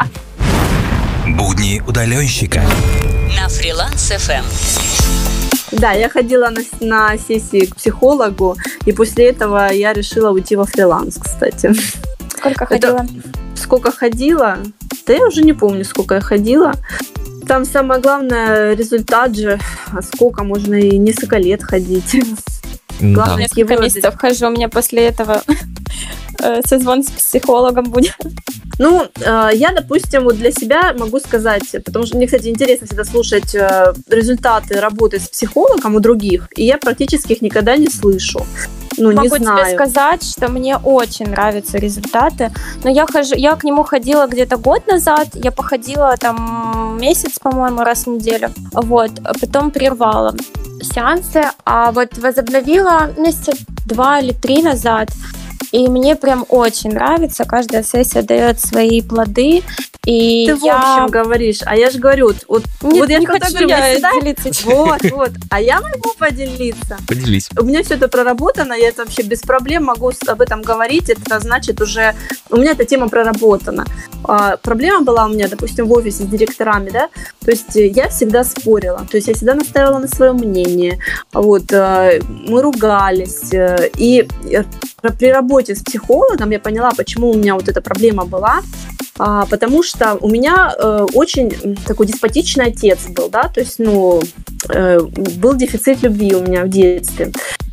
Будни удаленщика на Фриланс эф эм. Да, я ходила на, на сессии к психологу, и после этого я решила уйти во фриланс, кстати. Сколько ходила? Это, сколько ходила? Да я уже не помню, сколько я ходила. Там самое главное результат же, а сколько можно и несколько лет ходить. Главное, да. Несколько месяцев хожу, у меня после этого созвон с психологом будет. Ну, я, допустим, вот для себя могу сказать, потому что мне, кстати, интересно всегда слушать результаты работы с психологом у других, и я практически их никогда не слышу. Ну, Могу не знаю. тебе сказать, что мне очень нравятся результаты, но я, хожу, я к нему ходила где-то год назад, я походила там месяц, по-моему, раз в неделю, вот, а потом прервала сеансы, а вот возобновила месяца два или три назад. И мне прям очень нравится, каждая сессия дает свои плоды. И Ты я... в общем говоришь, а я же говорю, вот, Нет, вот я не хочу говорю, я всегда... делиться. Вот, вот, а я могу поделиться. Поделись. У меня все это проработано, я это вообще без проблем могу об этом говорить, это значит уже, у меня эта тема проработана. А, проблема была у меня, допустим, в офисе с директорами, да, то есть я всегда спорила, то есть я всегда настаивала на своем мнении, вот, мы ругались, и при работе с психологом я поняла, почему у меня вот эта проблема была, а, потому что у меня э, очень такой деспотичный отец был, да, то есть, ну, э, был дефицит любви у меня в детстве.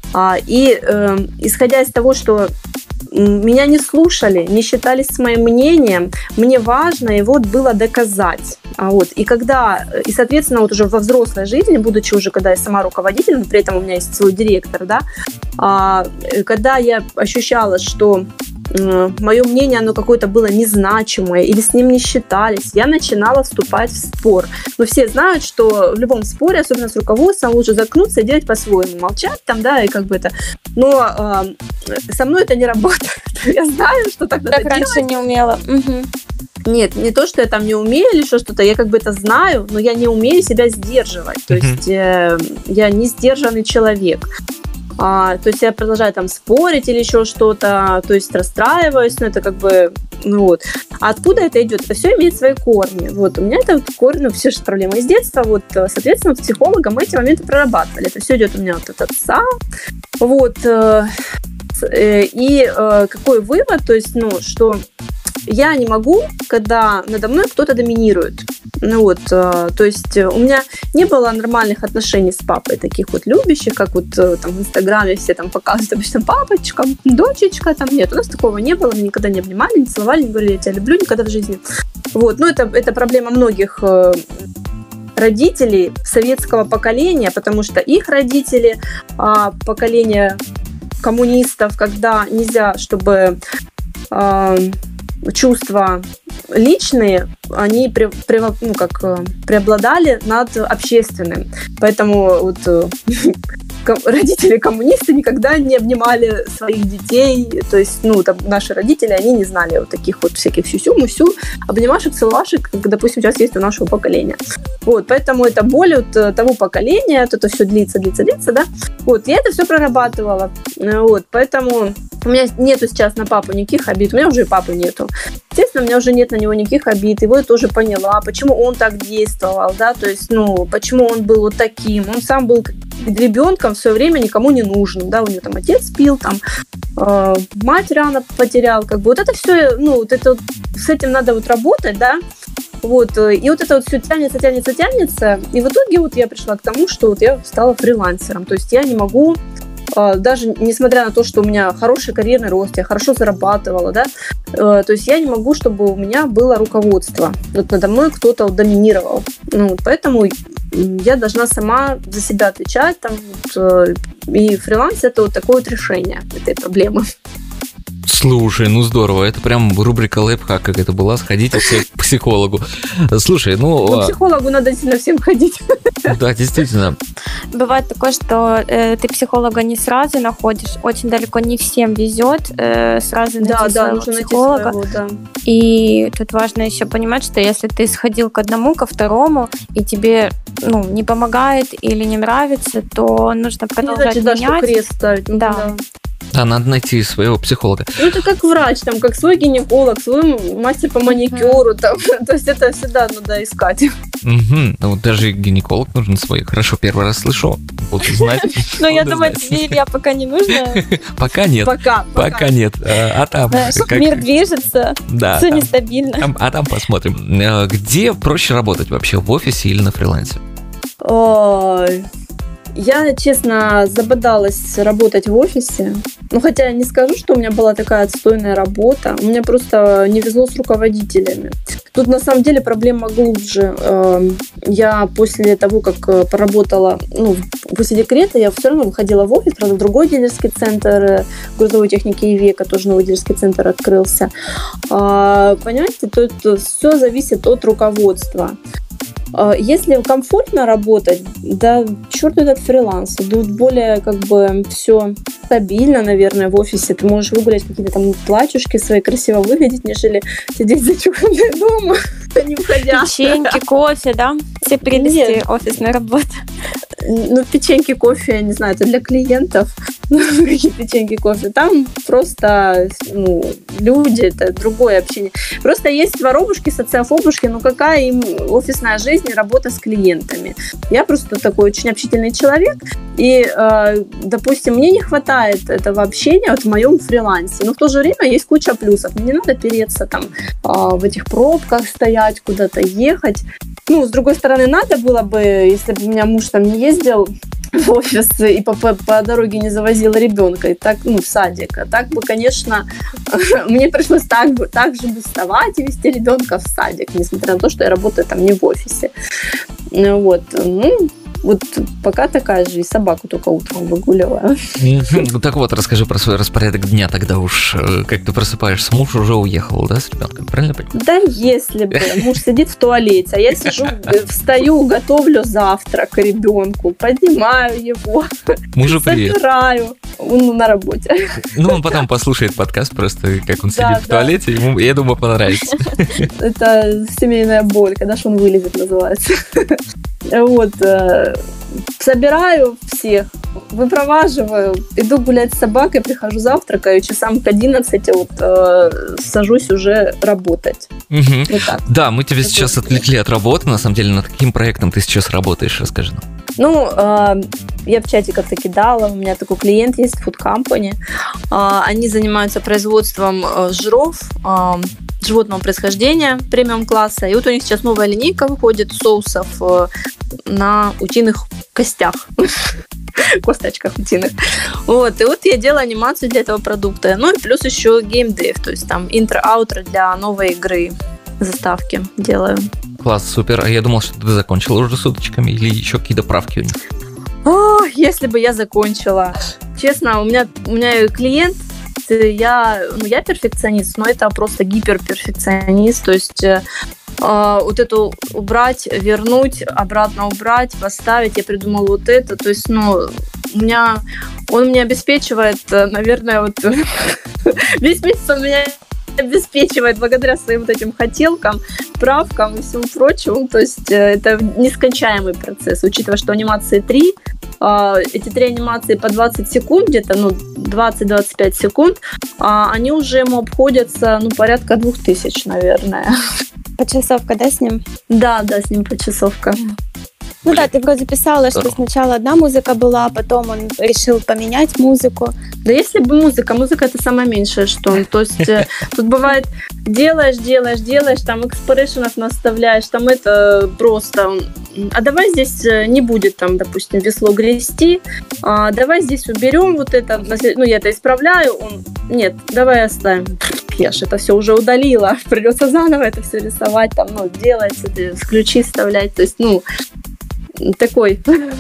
А, и э, исходя из того, что меня не слушали, не считались с моим мнением, мне важно его было доказать. А вот, и когда, и, соответственно, вот уже во взрослой жизни, будучи уже, когда я сама руководитель, но при этом у меня есть свой директор, да, а, когда я ощущала, что э, мое мнение, оно какое-то было незначимое, или с ним не считались, я начинала вступать в спор. Но все знают, что в любом споре, особенно с руководством, лучше заткнуться и делать по-своему, молчать там, да, и как бы это. Но э, со мной это не работает. Я знаю, что так надо Как раньше делать. не умела. Угу. Нет, не то, что я там не умею или еще что-то, я как бы это знаю, но я не умею себя сдерживать. То Мгм. есть э, я не сдержанный человек. А, то есть я продолжаю там спорить или еще что-то, то есть расстраиваюсь, но это как бы, ну вот. А откуда это идет? Это все имеет свои корни. Вот у меня это вот корни, ну все же проблемы из детства, вот, соответственно, с психологом мы эти моменты прорабатывали. Это все идет у меня вот от отца. Вот. э, с- э, И э, какой вывод? То есть, ну, что я не могу, когда надо мной кто-то доминирует. Ну вот, э, то есть э, у меня не было нормальных отношений с папой, таких вот любящих, как вот э, там в Инстаграме все там показывают обычно папочка, дочечка, там нет, у нас такого не было, мы никогда не обнимали, не целовали, не говорили, я тебя люблю никогда в жизни. Вот, ну это, это проблема многих э, родителей советского поколения, потому что их родители, а, поколение коммунистов, когда нельзя, чтобы а, чувства личные, они пре- пре- ну, как, э, преобладали над общественным. Поэтому вот, э, ко- родители-коммунисты никогда не обнимали своих детей. То есть, ну, там, наши родители, они не знали вот таких вот всяких сюсю-мусю, обнимашек, целовашек, как, допустим, сейчас есть у нашего поколения. Вот, поэтому это боль от э, того поколения, вот это все длится, длится, длится, да. Вот, я это все прорабатывала. Э, Вот, поэтому у меня нету сейчас на папу никаких обид, у меня уже и папы нету. Естественно, у меня уже нет на него никаких обид, его я тоже поняла, почему он так действовал, да, то есть, ну, почему он был вот таким. Он сам был ребенком в свое время никому не нужным, да, у него там отец пил, там, э, мать рано потерял, как бы вот это все, ну, вот это вот, с этим надо вот работать, да, вот, э, и вот это вот все тянется, тянется, тянется, и в итоге вот я пришла к тому, что вот я стала фрилансером, то есть я не могу, э, даже несмотря на то, что у меня хороший карьерный рост, я хорошо зарабатывала, да, э, то есть я не могу, чтобы у меня было руководство, вот надо мной кто-то вот доминировал, ну, вот поэтому я должна сама за себя отвечать, там, вот, э, и фриланс — это вот такое вот решение этой проблемы. Слушай, ну здорово, это прям рубрика лайфхак, как это была, сходите все к психологу. Слушай, ну... Но а, к психологу надо действительно всем ходить. Да, действительно. Бывает такое, что э, ты психолога не сразу находишь, очень далеко не всем везет э, сразу найти Да, да, своего нужно найти психолога. своего, да. И тут важно еще понимать, что если ты сходил к одному, ко второму, и тебе ну, не помогает или не нравится, то нужно Не продолжать значит, да, что менять. крест ставить. Ну, Да. да. Да, надо найти своего психолога. Ну, это как врач, там, как свой гинеколог, свой мастер по маникюру, там. То есть это всегда надо искать. Мгм. Ну, вот даже гинеколог нужен свой. Хорошо, первый раз слышу. Буду знать. Но я Буду думаю, знать. тебе Илья пока не нужно. Пока нет. Пока. Пока нет. А а там... Знаешь, как- мир движется, Да, все там- нестабильно. там- а там посмотрим. Э, Где проще работать вообще, в офисе или на фрилансе? Ой. Я, честно, забодалась работать в офисе. Ну, хотя я не скажу, что у меня была такая отстойная работа. У меня просто не везло с руководителями. Тут, на самом деле, проблема глубже. Эм, Я после того, как э, поработала, ну, после декрета, я все равно выходила в офис, правда, в другой дилерский центр э, грузовой техники Ивека, тоже новый дилерский центр открылся. А, Понимаете, тут все зависит от руководства. А, Если комфортно работать, да, черт этот фриланс. Тут более как бы все стабильно, наверное, в офисе. Ты можешь выгулять какие-то там платьюшки свои, красиво выглядеть, нежели сидеть зачуханной дома, не входя. Печеньки, кофе, да? Все прелести Нет. офисной работы. Ну, печеньки, кофе, я не знаю, это для клиентов. Ну, какие печеньки, кофе. Там просто, ну, люди, это другое общение. Просто есть воробушки, социофобушки, ну, какая им офисная жизнь и работа с клиентами. Я просто такой очень общительный человек, и, э, допустим, мне не хватает этого общения вот в моем фрилансе, но в то же время есть куча плюсов. Мне не надо переться там э, в этих пробках стоять, куда-то ехать. Ну, с другой стороны, надо было бы, если бы у меня муж там не ездил в офис и по, по, по дороге не завозила ребенка, и так, ну, в садик. А так бы, конечно, мне пришлось так, бы, так же бы вставать и вести ребенка в садик, несмотря на то, что я работаю там не в офисе. Вот, ну, вот пока такая же, и собаку только утром выгуливаю. Так вот, расскажи про свой распорядок дня тогда уж. Как ты просыпаешься? Муж уже уехал, да, с ребенком? Правильно понимаю? Да если бы. Муж сидит в туалете, а я сижу, встаю, готовлю завтрак ребенку, поднимаю его, Мужу привет. собираю. Он на работе. Ну, он потом послушает подкаст, просто как он Да, сидит в да. туалете, ему, я думаю, понравится. Это семейная боль, когда ж он вылезет, называется. Вот. Собираю всех, выпроваживаю, иду гулять с собакой, прихожу завтракаю, часам к одиннадцати вот, э, сажусь уже работать. Мгм. Вот так. Да, мы тебя Это сейчас вот. отвлекли от работы, на самом деле, над каким проектом ты сейчас работаешь, расскажи нам. Ну, э, я в чате как-то кидала, у меня такой клиент есть, Food Company. Э, они занимаются производством э, жиров, э, животного происхождения премиум-класса. И вот у них сейчас новая линейка выходит соусов э, на утиных костях. Косточках утиных. Вот. И вот я делаю анимацию для этого продукта. Ну и плюс еще геймдев, то есть там интро-аутро для новой игры, заставки делаю. Класс, супер. А я думал, что ты закончила уже с уточками или еще какие-то правки у них. О, если бы я закончила. Честно, у меня, у меня клиент, я, ну, я перфекционист, но это просто гиперперфекционист. То есть э, вот эту убрать, вернуть, обратно убрать, поставить. Я придумала вот это. То есть, ну, у меня, он мне обеспечивает, наверное, вот весь месяц он меня обеспечивает благодаря своим вот этим хотелкам, правкам и всему прочему. То есть это нескончаемый процесс. Учитывая, что анимации три, эти три анимации по двадцать секунд, где-то ну, двадцать-двадцать пять секунд, они уже ему обходятся ну, порядка двух тысяч, наверное. Почасовка, да, с ним? Да, да, с ним почасовка. Ну да, ты вроде писала, что сначала одна музыка была, а потом он решил поменять музыку. Да если бы музыка, музыка это самое меньшее, что он. То есть э, тут бывает делаешь, делаешь, делаешь, там экспрессионов наставляешь, там это просто. А давай здесь не будет там, допустим, весло грести, а давай здесь уберем вот это, ну я это исправляю, он, нет, давай оставим. Я ж это все уже удалила, придется заново это все рисовать, там, ну, делать, ключи вставлять, то есть, ну, такой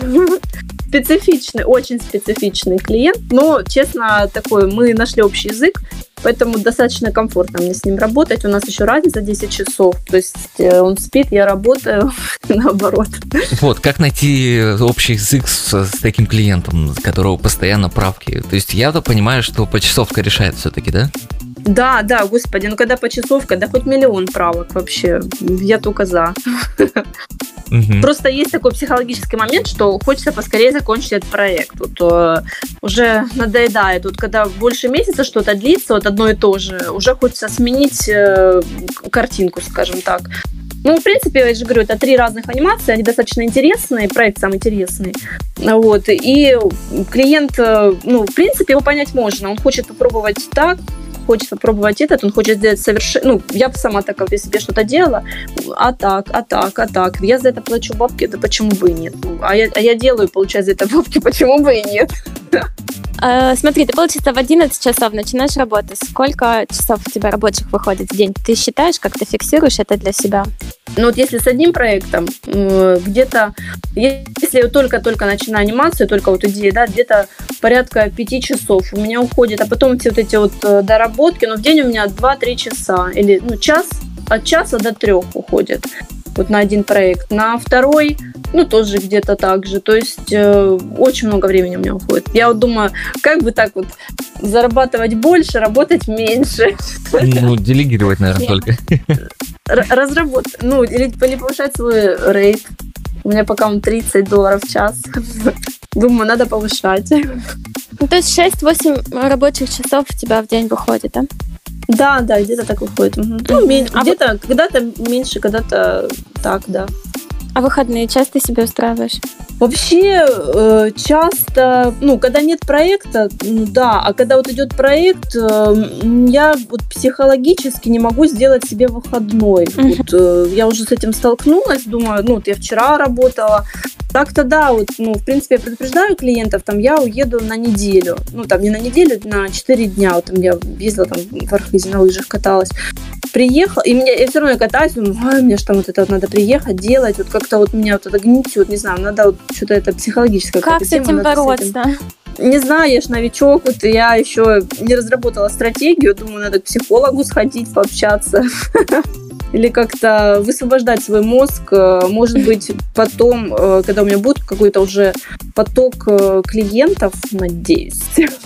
специфичный, очень специфичный клиент, но, честно, такой, мы нашли общий язык, поэтому достаточно комфортно мне с ним работать. У нас еще разница десять часов, то есть он спит, я работаю, наоборот. Вот, как найти общий язык с, с таким клиентом, у которого постоянно правки? То есть я-то понимаю, что почасовка решает все-таки, да? Да, да, господи, ну когда почасовка, да хоть миллион правок вообще, я только за. Угу. Просто есть такой психологический момент, что хочется поскорее закончить этот проект. Вот, э, уже надоедает. Вот когда больше месяца что-то длится, вот одно и то же, уже хочется сменить э, картинку, скажем так. Ну, в принципе, я же говорю, это три разных анимации, они достаточно интересные, проект сам интересный. Вот, и клиент, ну, в принципе, его понять можно. Он хочет попробовать так, хочет попробовать этот, он хочет сделать совершенно... Ну, я бы сама так в себе что-то делала, а так, а так, а так. Я за это плачу бабки, да почему бы и нет? Ну, а, я, а я делаю, получаю за это бабки, почему бы и нет? А, смотри, ты, получается, в одиннадцать часов начинаешь работать. Сколько часов у тебя рабочих выходит в день? Ты считаешь, как ты фиксируешь это для себя? Ну, вот если с одним проектом, где-то, если я только-только начинаю анимацию, только вот идея, да, где-то порядка пяти часов у меня уходит, а потом все вот эти вот доработки, но в день у меня два-три часа, или, ну, час, от часа до трех уходит. Вот на один проект. На второй, ну, тоже где-то так же. То есть э, очень много времени у меня уходит. Я вот думаю, как бы так вот зарабатывать больше, работать меньше. Ну, делегировать, наверное, только. Разработать, ну, или, или повышать свой рейт. У меня пока он тридцать долларов в час. Думаю, надо повышать. Ну, то есть шесть-восемь рабочих часов у тебя в день выходит, да? Да, да, где-то так выходит. Угу. Ну, ми- а где-то, вы... когда-то меньше, когда-то так, да. А выходные часто себе устраиваешь? Вообще э, часто, ну, когда нет проекта, ну, да, а когда вот идет проект, э, я вот психологически не могу сделать себе выходной. Uh-huh. Вот, э, я уже с этим столкнулась, думаю, ну, вот я вчера работала, Так-то да, вот, ну, в принципе, я предупреждаю клиентов, там, я уеду на неделю, ну, там, не на неделю, на четыре дня, вот, там, я ездила, там, в Архизе на лыжах каталась, приехала, и мне, я все равно катаюсь, думаю, ой, мне же там вот это вот надо приехать, делать, вот как-то вот меня вот это гнетет, не знаю, надо вот что-то это психологическое. Как с этим бороться? Не знаю, я ж новичок, вот я еще не разработала стратегию, думаю, надо к психологу сходить, пообщаться. Или как-то высвобождать свой мозг. Может быть, потом, когда у меня будет какой-то уже поток клиентов, надеюсь,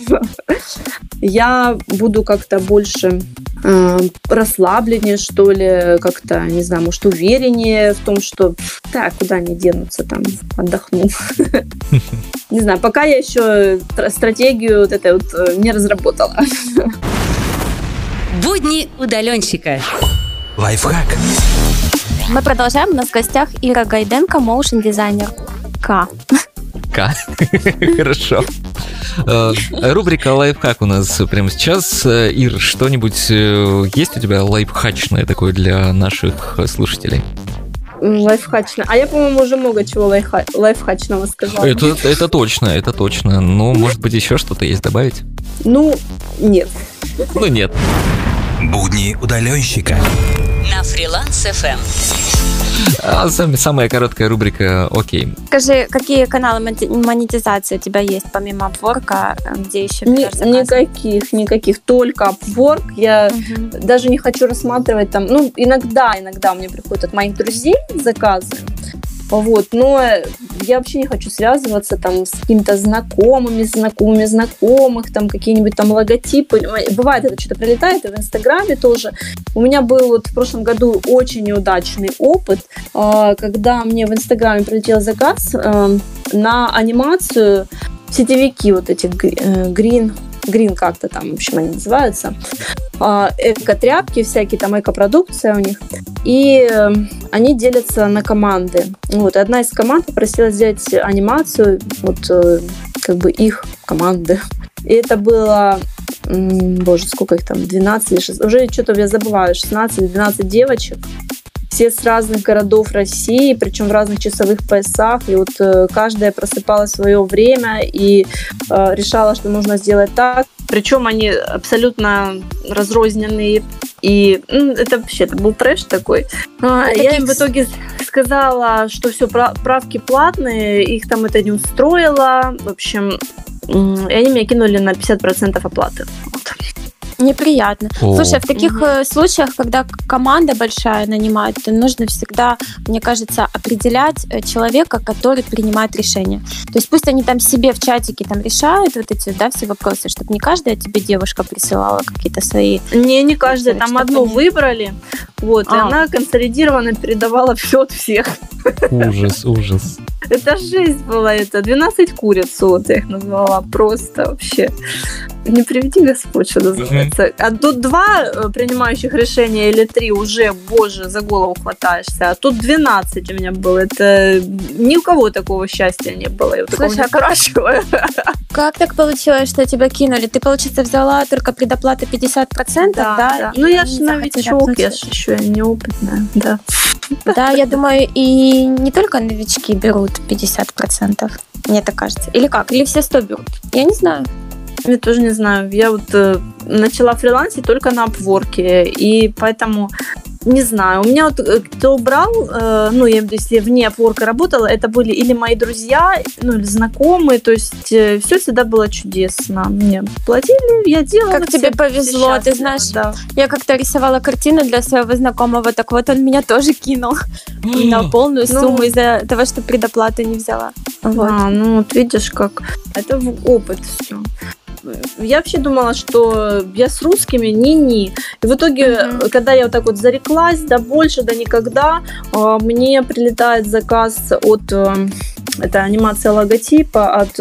я буду как-то больше расслабленнее, что ли, как-то, не знаю, может, увереннее в том, что так, куда они денутся, там, отдохну. Не знаю, пока я еще стратегию вот этой вот не разработала. Будни удаленщика. Лайфхак. Мы продолжаем. У нас в гостях Ира Гайденко, моушн-дизайнер. К. К. Хорошо. Рубрика «Лайфхак» у нас прямо сейчас. Ир, что-нибудь есть у тебя лайфхачное такое для наших слушателей? Лайфхачное. А я, по-моему, уже много чего лайфха... лайфхачного сказала. Это, это точно, это точно. Но, может быть, еще что-то есть добавить? Ну, нет. Ну, нет. Будни удаленщика. На Фриланс эф эм. А сам, самая короткая рубрика «Окей». Скажи, какие каналы монетизации у тебя есть, помимо Upwork, где еще Ни, берешь заказы? Никаких, никаких, только Upwork. Я угу. даже не хочу рассматривать там, ну, иногда, иногда мне приходят от моих друзей заказы, вот, но я вообще не хочу связываться там с какими-то знакомыми, знакомыми знакомых, там какие-нибудь там логотипы. Бывает, это что-то прилетает, и в Инстаграме тоже. У меня был вот в прошлом году очень неудачный опыт, когда мне в Инстаграме прилетел заказ на анимацию сетевики, вот эти Green, Green как-то там, в общем, они называются. Эко-тряпки всякие, там эко-продукция у них. И они делятся на команды. Вот, и одна из команд попросила сделать анимацию, вот, как бы их команды. И это было, боже, сколько их там, двенадцать или шестнадцать, уже что-то я забываю, шестнадцать-двенадцать девочек. Все с разных городов России, причем в разных часовых поясах. И вот э, каждая просыпала свое время и э, решала, что нужно сделать так. Причем они абсолютно разрозненные. И ну, это вообще это был трэш такой. А, я им в итоге сказала, что все, правки платные, их там это не устроило. В общем, и они меня кинули на пятьдесят процентов оплаты. Неприятно. О. Слушай, а в таких mm-hmm. случаях, когда команда большая нанимает, то нужно всегда, мне кажется, определять человека, который принимает решение. То есть пусть они там себе в чатике там решают вот эти, да, все вопросы, чтобы не каждая тебе девушка присылала какие-то свои... Не, не каждая, там одну они... выбрали, вот, а. и она консолидированно передавала все от всех. Ужас, ужас. Это жизнь была, это двенадцать куриц, вот я их назвала, просто вообще. Не приведи Господь, что называется. А тут два принимающих решения или три уже, боже, за голову хватаешься. А тут двенадцать у меня было. Это ни у кого такого счастья не было. Я Слушай, не спрашиваю. Как так получилось, что тебя кинули? Ты, получается, взяла только предоплату пятьдесят процентов, да? Да, да. Ну я ж новичок, я ж еще неопытная, да. Да, я думаю, и не только новички берут пятьдесят процентов, мне так кажется. Или как? Или все сто берут? Я не знаю. Я тоже не знаю. Я вот э, начала фрилансить только на Upwork, и поэтому не знаю. У меня вот кто брал, э, ну, я, если вне Upwork работала, это были или мои друзья, ну, или знакомые, то есть э, все всегда было чудесно. Мне платили, я делала. Как тебе повезло, ты знаешь, да. Я как-то рисовала картину для своего знакомого, так вот он меня тоже кинул на полную сумму ну, из-за того, что предоплаты не взяла. Вот. А, ну, вот видишь, как это в опыт все. Я вообще думала, что я с русскими ни-ни. И в итоге, mm-hmm. когда я вот так вот зареклась, да больше, да никогда, мне прилетает заказ от, это анимация логотипа, от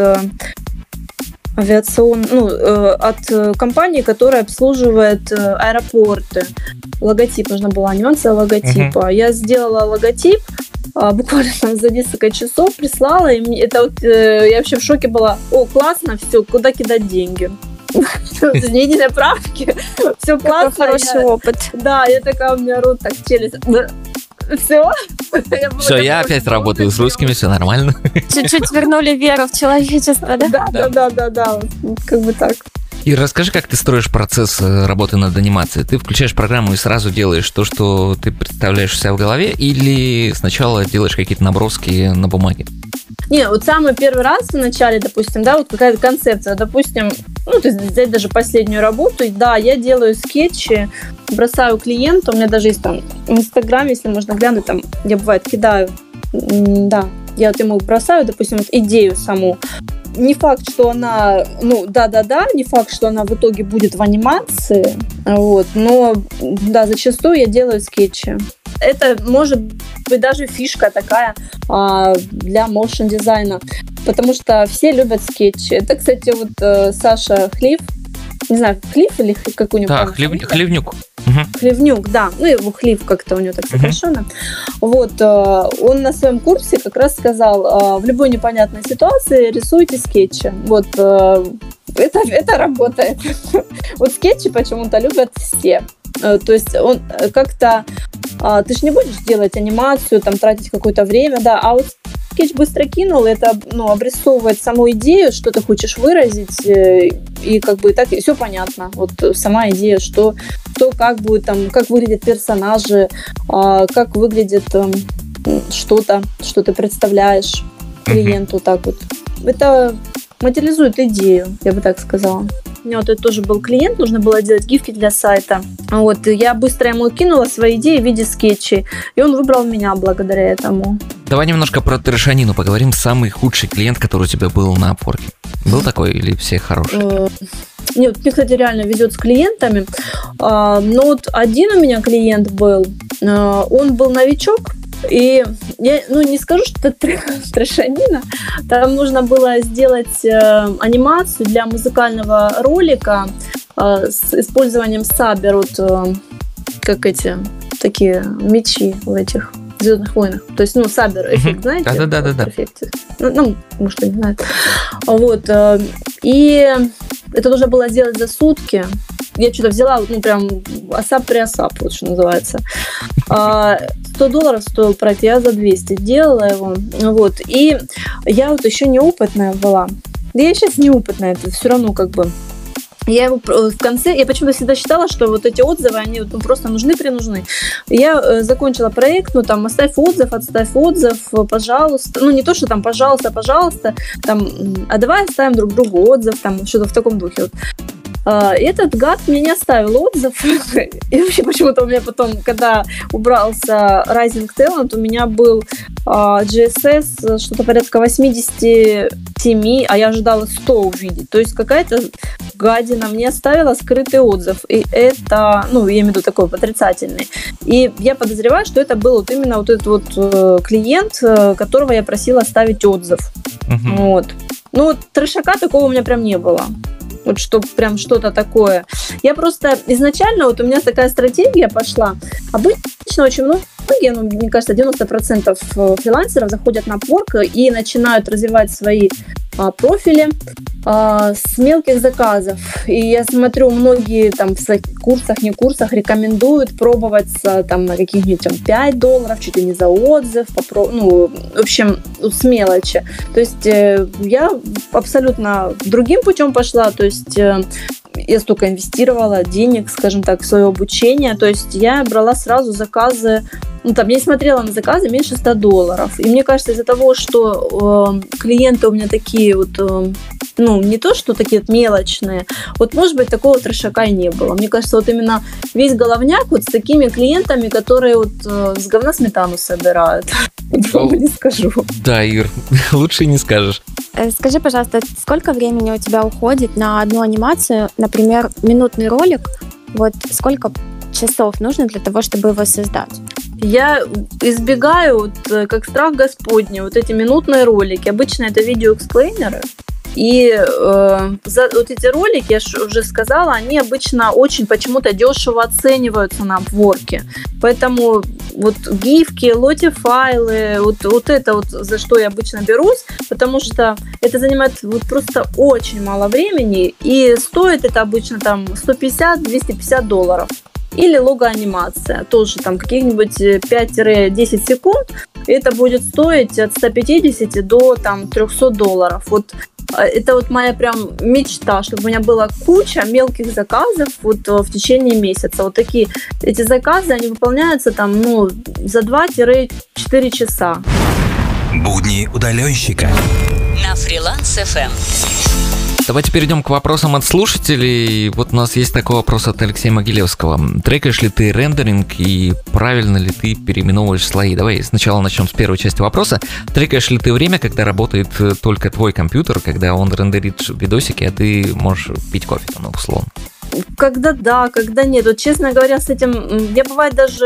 авиацион, ну, от компании, которая обслуживает аэропорты. Логотип, нужна была анимация логотипа. Mm-hmm. Я сделала логотип, буквально там за несколько часов прислала, и мне, это вот, э, я вообще в шоке была. О, классно, все, куда кидать деньги? Ни единой правки, все классно. Хороший опыт. Да, я такая, у меня рот так челюсть. Все. Все, я опять работаю с русскими, все нормально. Чуть-чуть вернули веру в человечество, да? Да, да, да, да, да, как бы так. И расскажи, как ты строишь процесс работы над анимацией. Ты включаешь программу и сразу делаешь то, что ты представляешь у себя в голове, или сначала делаешь какие-то наброски на бумаге? Не, вот самый первый раз в начале, допустим, да, вот какая-то концепция, допустим, ну, то есть взять даже последнюю работу, и да, я делаю скетчи, бросаю клиенту, у меня даже есть там в Инстаграме, если можно глянуть, там, я бывает кидаю, да, я вот ему бросаю, допустим, вот идею саму. Не факт, что она, ну, да-да-да, не факт, что она в итоге будет в анимации, вот, но, да, зачастую я делаю скетчи. Это может быть даже фишка такая а, для моушн-дизайна, потому что все любят скетчи. Это, кстати, вот э, Саша Хлив, не знаю, Хлив или как у него? Да, Хлив, Хливнюк. Угу. Хливнюк, да, ну его Хлив как-то у него так сокращенно. Угу. Вот, э, он на своем курсе как раз сказал, э, в любой непонятной ситуации рисуйте скетчи. Вот, э, это, это работает. Вот скетчи почему-то любят все. То есть он как-то... Ты же не будешь делать анимацию, там, тратить какое-то время, да, а вот скетч быстро кинул, это, ну, обрисовывает саму идею, что ты хочешь выразить, и как бы так, и все понятно. Вот сама идея, что, что как будет, там, как выглядят персонажи, как выглядит что-то, что ты представляешь клиенту, mm-hmm. так вот. Это материализует идею, я бы так сказала. У меня вот это тоже был клиент, нужно было делать гифки для сайта. Вот, и я быстро ему кинула свои идеи в виде скетчей, и он выбрал меня благодаря этому. Давай немножко про трешанину поговорим. Самый худший клиент, который у тебя был на Upwork. Был такой или все хорошие? Нет, мне, кстати, реально везет с клиентами. Но вот один у меня клиент был, он был новичок, и я, ну, не скажу, что это трешанина. Там нужно было сделать э, анимацию для музыкального ролика э, с использованием сабер, вот, э, как эти такие мечи в этих «Звездных войнах». То есть, ну, сабер эффект, знаете? Да-да-да. Ну, ну, может, не знаю. Вот. Э, и это нужно было сделать за сутки. Я что-то взяла, ну, прям асап при асап, вот что называется. сто долларов стоил проект, я за двести делала его. Вот. И я вот еще неопытная была. Да я сейчас неопытная, это все равно как бы. Я его в конце, я почему-то всегда считала, что вот эти отзывы, они ну, просто нужны-принужны. Я э, закончила проект, ну там оставь отзыв, отставь отзыв, пожалуйста. Ну не то, что там пожалуйста, пожалуйста, там, а давай оставим друг другу отзыв, там что-то в таком духе. Вот. Этот гад мне не оставил отзыв. И вообще почему-то у меня потом, когда убрался Rising Talent, у меня был джи эс эс что-то порядка восемьдесят семь, а я ожидала сто увидеть. То есть какая-то гадина мне оставила скрытый отзыв. И это, ну, я имею в виду такой отрицательный. И я подозреваю, что это был вот именно вот этот вот клиент, которого я просила оставить отзыв. Uh-huh. Вот. Ну, вот трешака такого у меня прям не было. Вот что прям что-то такое. Я просто изначально, вот у меня такая стратегия пошла. Обычно очень многие, ну, мне кажется, девяносто процентов фрилансеров заходят на Upwork и начинают развивать свои а, профили а, с мелких заказов. И я смотрю, многие там в своих курсах, не курсах рекомендуют пробовать там на каких-нибудь там, пять долларов, чуть ли не за отзыв, попро- ну, в общем, с мелочи. То есть э, я абсолютно другим путем пошла, то есть э, я столько инвестировала денег, скажем так, в свое обучение, то есть я брала сразу заказы, ну там, я не смотрела на заказы меньше ста долларов, и мне кажется, из-за того, что э, клиенты у меня такие вот, э, ну, не то, что такие вот мелочные, вот, может быть, такого трешака и не было. Мне кажется, вот именно весь головняк вот с такими клиентами, которые вот э, с говна сметану собирают. Другого не скажу. Да, Ир, лучше не скажешь. Скажи, пожалуйста, сколько времени у тебя уходит на одну анимацию, например, минутный ролик, вот сколько часов нужно для того, чтобы его создать? Я избегаю, вот, как страх Господний, вот эти минутные ролики. Обычно это видеоэксплейнеры. И э, за, вот эти ролики, я уже сказала, они обычно очень почему-то дешево оцениваются на Upwork. Поэтому вот гифки, лоти-файлы, вот, вот это вот за что я обычно берусь, потому что это занимает вот просто очень мало времени, и стоит это обычно там сто пятьдесят - двести пятьдесят долларов. или логоанимация. Тоже там каких-нибудь пять-десять секунд. Это будет стоить от ста пятидесяти до там, трехсот долларов. Вот это вот моя прям мечта, чтобы у меня была куча мелких заказов вот в течение месяца. Вот такие эти заказы, они выполняются там, ну, за два-четыре часа. Будни удаленщика. На Фриланс эф эм. Давайте перейдем к вопросам от слушателей. Вот у нас есть такой вопрос от Алексея Могилевского. Трекаешь ли ты рендеринг и правильно ли ты переименовываешь слои? Давай сначала начнем с первой части вопроса. Трекаешь ли ты время, когда работает только твой компьютер, когда он рендерит видосики, а ты можешь пить кофе, там, условно? Когда да, когда нет. Вот, честно говоря, с этим я бывает даже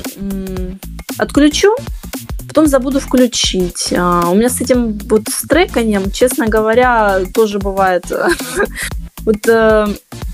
м- отключу, потом забуду включить. А, у меня с этим вот с треканием, честно говоря, тоже бывает. Вот, э,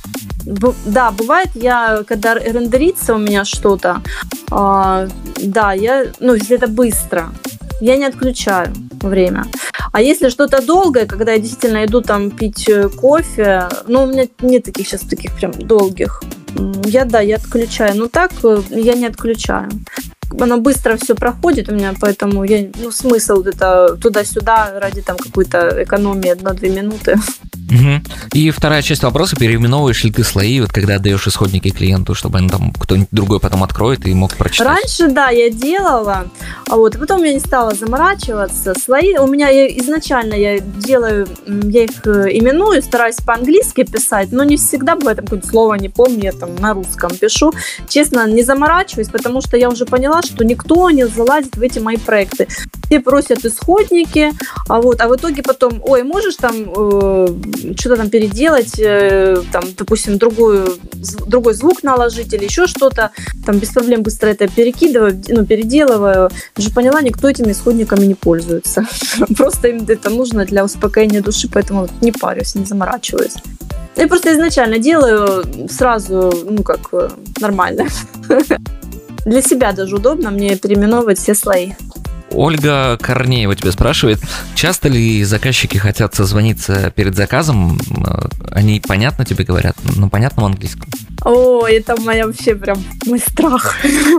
б, да, бывает, я, когда рендерится у меня что-то, э, да, я, ну, если это быстро, я не отключаю время. А если что-то долгое, когда я действительно иду там пить кофе, ну, у меня нет таких сейчас таких прям долгих, я, да, я отключаю. Но так я не отключаю. Оно быстро все проходит у меня, поэтому я, ну, смысл вот это туда-сюда ради там какой-то экономии одна-две минуты. Угу. И вторая часть вопроса: переименовываешь ли ты слои, вот когда отдаешь исходники клиенту, чтобы они там кто-нибудь другой потом откроет и мог прочитать? Раньше, да, я делала, а вот потом я не стала заморачиваться. Слои у меня я, изначально я делаю, я их именую, стараюсь по-английски писать, но не всегда бывает, там какое-то слово не помню, я там на русском пишу. Честно, не заморачиваюсь, потому что я уже поняла, что никто не залазит в эти мои проекты. Все просят исходники, а вот, а в итоге потом, ой, можешь там э, что-то там переделать, э, там, допустим, другую, другой звук наложить или еще что-то, там без проблем быстро это перекидываю, ну, переделываю. Я уже поняла, никто этими исходниками не пользуется. Просто им это нужно для успокоения души, поэтому не парюсь, не заморачиваюсь. Я просто изначально делаю сразу, ну, как нормально. Для себя даже удобно мне переименовывать все слои. Ольга Корнеева тебя спрашивает, часто ли заказчики хотят созвониться перед заказом? Они понятно тебе говорят, на понятном английском? О, это моя вообще прям мой страх.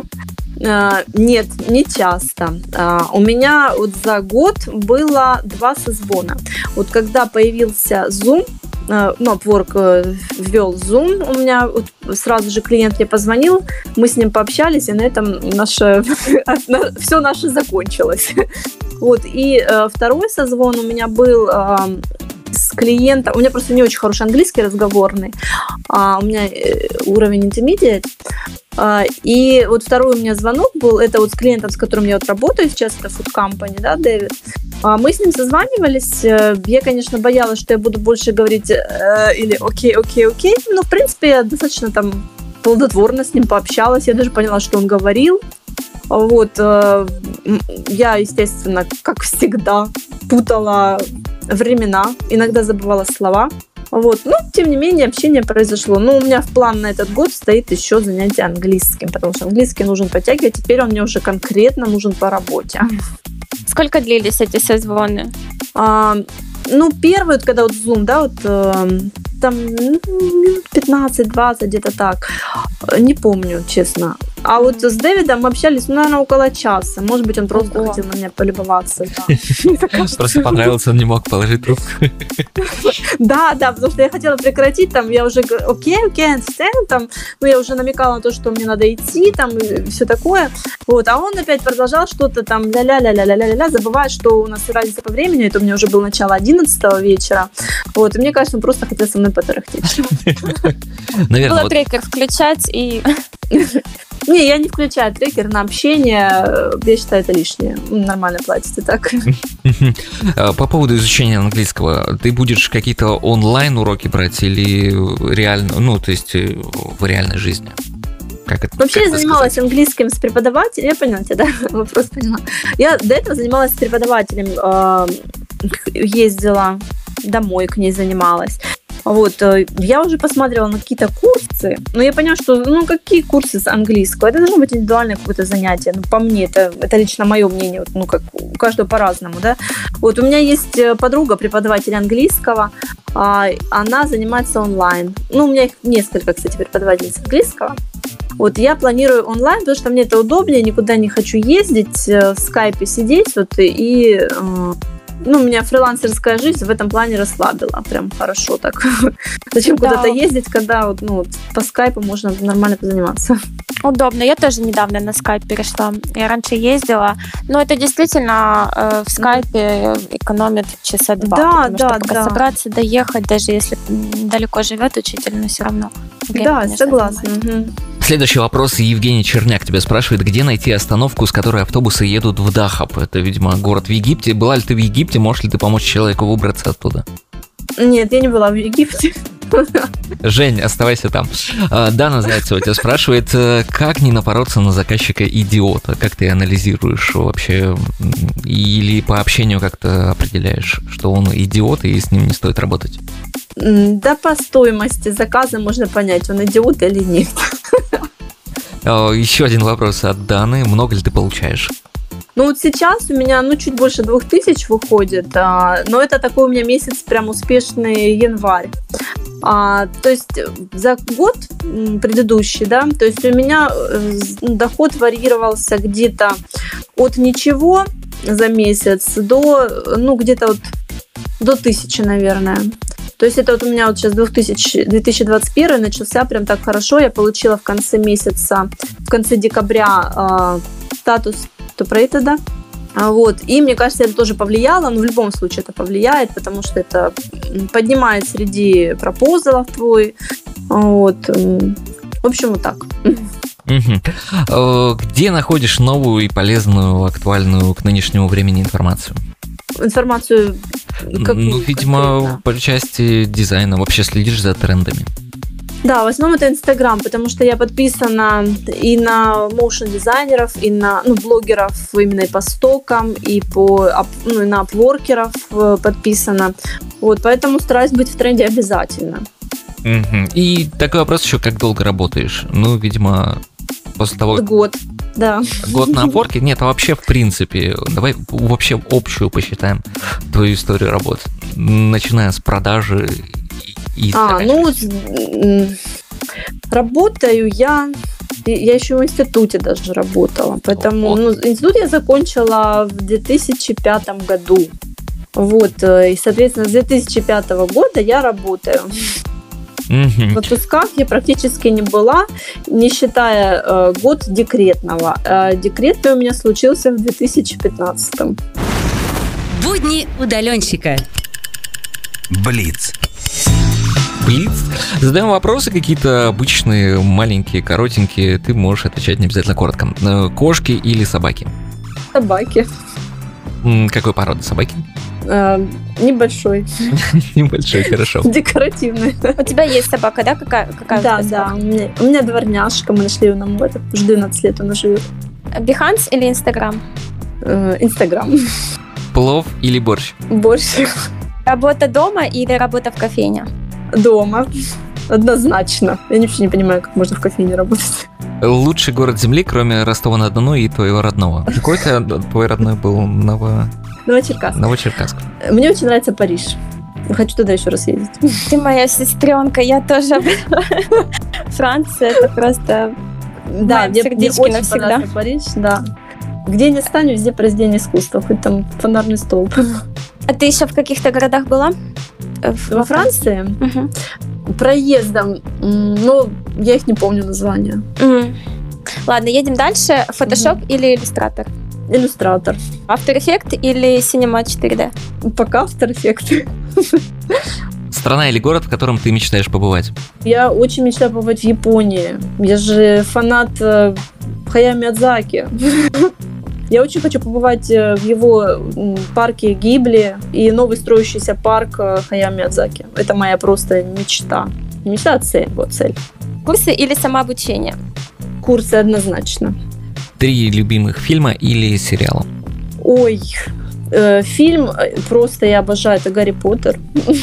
Нет, не часто. У меня вот за год было два созвона. Вот когда появился Zoom, ну, Upwork ввел Zoom, у меня вот сразу же клиент мне позвонил, мы с ним пообщались, и на этом наше, все наше закончилось. Вот, и э, второй созвон у меня был э, с клиентом, у меня просто не очень хороший английский разговорный, а у меня э, уровень intermediate. Uh, и вот второй у меня звонок был, это вот с клиентом, с которым я вот работаю сейчас, это Food Company, да, Дэвид. Uh, мы с ним созванивались, uh, я, конечно, боялась, что я буду больше говорить uh, или окей, окей, окей, но, в принципе, я достаточно там плодотворно с ним пообщалась, я даже поняла, что он говорил. Вот, uh, я, естественно, как всегда, путала времена, иногда забывала слова. Вот. Но, тем не менее, общение произошло. Но у меня в план на этот год стоит еще занятие английским, потому что английский нужен подтягивать. Теперь он мне уже конкретно нужен по работе. Сколько длились эти созвоны? А, ну, первый, вот, когда вот Zoom, да, вот э, там минут пятнадцать-двадцать, где-то так. Не помню, честно. А вот с Дэвидом мы общались, ну, наверное, около часа. Может быть, он просто Ого. хотел на меня полюбоваться. Просто понравился, он не мог положить трубку. Да, да, потому что я хотела прекратить, там, я уже, окей, окей, understand, там, ну, я уже намекала на то, что мне надо идти, там, и все такое. Вот, а он опять продолжал что-то там, ля-ля-ля-ля-ля-ля-ля, забывая, что у нас разница по времени, это у меня уже было начало одиннадцатого вечера. Вот, и мне кажется, он просто хотел со мной потарахтеть. Наверное, было трекер включать и... Не, я не включаю трекер на общение. Я считаю, это лишнее. Нормально платить и так. По поводу изучения английского, ты будешь какие-то онлайн-уроки брать или реально, ну, то есть в реальной жизни? Как это, Вообще как я занималась сказать? английским с преподавателем. Я поняла тебя, да? Вопрос поняла. Я до этого занималась с преподавателем. Ездила домой, к ней занималась. Вот, я уже посмотрела на какие-то курсы, но я поняла, что, ну, какие курсы с английского? Это должно быть индивидуальное какое-то занятие. Ну, по мне, это, это лично мое мнение, ну, как у каждого по-разному, да. Вот, у меня есть подруга, преподаватель английского, она занимается онлайн. Ну, у меня их несколько, кстати, преподавательниц английского. Вот я планирую онлайн, потому что мне это удобнее, никуда не хочу ездить, в скайпе сидеть, вот, и ну, у меня фрилансерская жизнь в этом плане расслабила, прям хорошо так. Зачем да. куда-то ездить, когда вот, ну, по скайпу можно нормально позаниматься. Удобно. Я тоже недавно на скайп перешла. Я раньше ездила, но это действительно э, в скайпе экономит часа два. Да, потому да, что пока да. собраться, доехать, даже если далеко живет учитель, но все равно. Время, да, конечно, согласна. Угу. Следующий вопрос. Евгений Черняк тебя спрашивает, где найти остановку, с которой автобусы едут в Дахаб? Это, видимо, город в Египте. Была ли ты в Египте? Можешь ли ты помочь человеку выбраться оттуда? Нет, я не была в Египте. Жень, оставайся там. Дана Зайцева тебя спрашивает, как не напороться на заказчика-идиота? Как ты анализируешь вообще? Или по общению как-то определяешь, что он идиот и с ним не стоит работать? Да по стоимости заказа можно понять, он идиот или нет. Еще один вопрос от Даны. Много ли ты получаешь? Ну вот сейчас у меня ну чуть больше двух тысяч выходит, а, но это такой у меня месяц прям успешный январь. А, то есть за год предыдущий, да, то есть у меня доход варьировался где-то от ничего за месяц до, ну где-то вот до тысячи, наверное. То есть это вот у меня вот сейчас две тысячи двадцать первый начался прям так хорошо. Я получила в конце месяца, в конце декабря э, статус топ-рейтеда. Вот. И мне кажется, это тоже повлияло, но в любом случае это повлияет, потому что это поднимает среди пропозалов твой. Вот. В общем, вот так. Угу. Где находишь новую и полезную, актуальную к нынешнему времени информацию? Информацию какую? Ну, видимо, по части дизайна. Вообще следишь за трендами? Да, в основном это Инстаграм, потому что я подписана и на моушн-дизайнеров, и на ну, блогеров именно и по стокам, и, по, ну, и на апворкеров подписана. Вот, поэтому стараюсь быть в тренде обязательно. Угу. И такой вопрос еще, как долго работаешь? Ну, видимо, после того... Год, да. Год на апворке? Нет, а вообще в принципе, давай вообще общую посчитаем твою историю работы, начиная с продажи и... А, ну, работаю я... Я еще в институте даже работала, поэтому ну, институт я закончила в две тысячи пятом году. Вот, и, соответственно, с две тысячи пятого года я работаю. Mm-hmm. В отпусках я практически не была, не считая э, год декретного. Э, декретный у меня случился в две тысячи пятнадцатом. Будни удаленщика. Блиц. Блиц. Задаем вопросы какие-то обычные, маленькие, коротенькие. Ты можешь отвечать не обязательно коротко. Кошки или собаки? Собаки. Какой породы собаки? Э, небольшой. Небольшой, хорошо. Декоративный. У тебя есть собака, да? Какая, какая да, у тебя собака? Да, у меня, у меня дворняжка, мы нашли ее на море. Уже двенадцать лет она живет. Behance или Инстаграм? Инстаграм. Плов или борщ? Борщ. Работа дома или работа в кофейне? Дома. Однозначно. Я вообще не понимаю, как можно в кофейне работать. Лучший город Земли, кроме Ростова-на-Дону и твоего родного. Какой-то твой родной был? Ново... Новочеркасск. Новочеркасск. Мне очень нравится Париж. Хочу туда еще раз ездить. Ты моя сестренка, я тоже. Франция, это просто... Да, мне, мне очень навсегда. понравился Париж, да. Где не стану, везде произведение искусства, хоть там фонарный столб. А ты еще в каких-то городах была? Во Франции? Угу. Проездом, ну, я их не помню названия. Угу. Ладно, едем дальше. Фотошоп угу. или иллюстратор? Иллюстратор. After Effects или Cinema четыре дэ? Пока After Effects. Страна или город, в котором ты мечтаешь побывать? Я очень мечтаю побывать в Японии. Я же фанат Хаяо Миядзаки. Я очень хочу побывать в его парке Гибли и новый строящийся парк Хаяо Миядзаки. Это моя просто мечта. Не мечта, а цель. Вот цель. Курсы или самообучение? Курсы однозначно. Три любимых фильма или сериала? Ой, э, фильм просто я обожаю, это Гарри Поттер.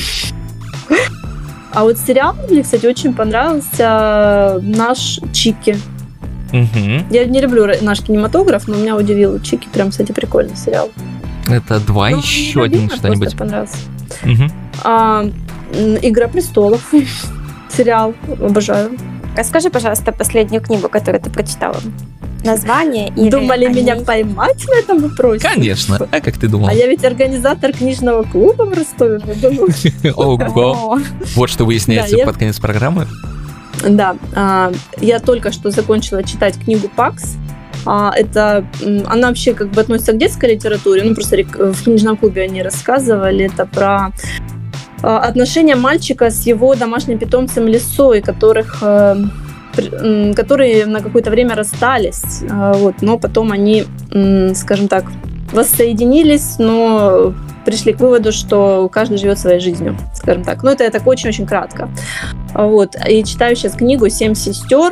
А вот сериал мне, кстати, очень понравился наш Чики. Угу. Я не люблю наш кинематограф, но меня удивил Чики, прям, кстати, прикольный сериал. Это два, ну, еще один что-нибудь. Понравился. Угу. А, Игра престолов. Сериал, обожаю. Расскажи, пожалуйста, последнюю книгу, которую ты прочитала. Название и... Думали меня поймать в этом вопросе? Конечно. А как ты думал? А я ведь организатор книжного клуба в Ростове. Ого. Вот что выясняется под конец программы. Да, я только что закончила читать книгу «Пакс». Это, она вообще как бы относится к детской литературе, ну просто в книжном клубе они рассказывали, это про отношения мальчика с его домашним питомцем лисой, которых, которые на какое-то время расстались, вот, но потом они, скажем так, воссоединились, но пришли к выводу, что каждый живет своей жизнью, скажем так. Ну, это я так очень-очень кратко. Вот. И читаю сейчас книгу «Семь сестер».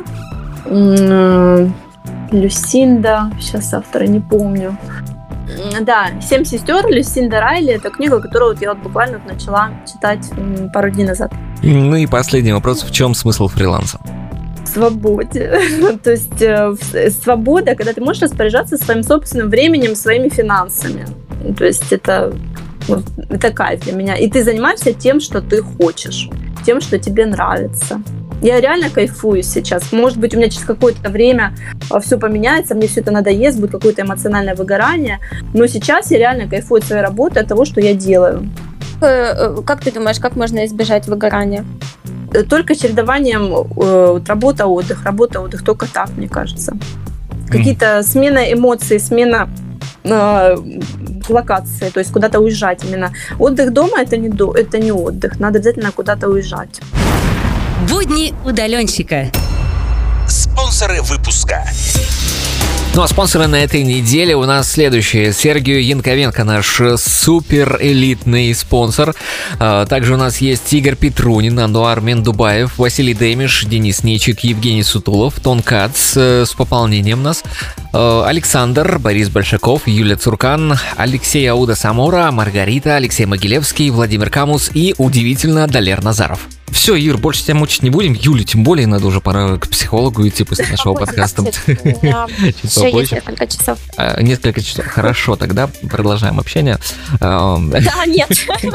Люсинда, сейчас автора не помню. Да, «Семь сестер» Люсинда Райли. Это книга, которую вот я вот буквально начала читать пару дней назад. Ну и последний вопрос. В чем смысл фриланса? В свободе. То есть свобода, когда ты можешь распоряжаться своим собственным временем, своими финансами. То есть это, вот, это кайф для меня. И ты занимаешься тем, что ты хочешь, тем, что тебе нравится. Я реально кайфую сейчас. Может быть, у меня через какое-то время все поменяется, мне все это надоест, будет какое-то эмоциональное выгорание. Но сейчас я реально кайфую от своей работы, от того, что я делаю. Как ты думаешь, как можно избежать выгорания? Только чередованием э, работа-отдых, работа-отдых, только так, мне кажется. Mm. Какие-то смена эмоций, смена э, локации, то есть куда-то уезжать именно. Отдых дома это не, до, это не отдых, надо обязательно куда-то уезжать. Будни удаленщика. Спонсоры выпуска. Ну а спонсоры на этой неделе у нас следующие. Сергей Янковенко, наш супер элитный спонсор. Также у нас есть Игорь Петрунин, Ануар Мендубаев, Василий Демиш, Денис Нечик, Евгений Сутулов, Тон Кац с пополнением нас, Александр, Борис Большаков, Юлия Цуркан, Алексей Ауда Самора, Маргарита, Алексей Могилевский, Владимир Камус и, удивительно, Далер Назаров. Все, Ир, больше тебя мучить не будем. Юле, тем более, надо уже пора к психологу идти после нашего подкаста. Еще есть несколько часов. Несколько часов. Хорошо, тогда продолжаем общение. Да, нет.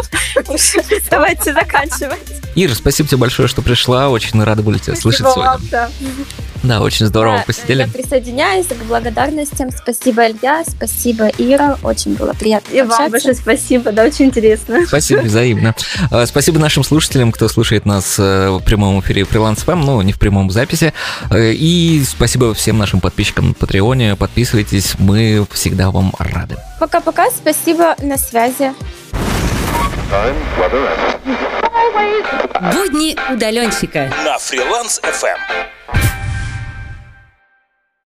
Давайте заканчивать. Ира, спасибо тебе большое, что пришла. Очень рады были тебя слышать сегодня. Да, очень здорово да, посидели. Я присоединяюсь к благодарностям. Спасибо, Илья, спасибо, Ира. Очень было приятно И общаться. Вам большое спасибо, да, очень интересно. Спасибо, взаимно. Спасибо нашим слушателям, кто слушает нас в прямом эфире Freelance эф эм, ну, не в прямом записи. И спасибо всем нашим подписчикам на Патреоне. Подписывайтесь, мы всегда вам рады. Пока-пока, спасибо, на связи. Будни удаленщика на Freelance эф эм.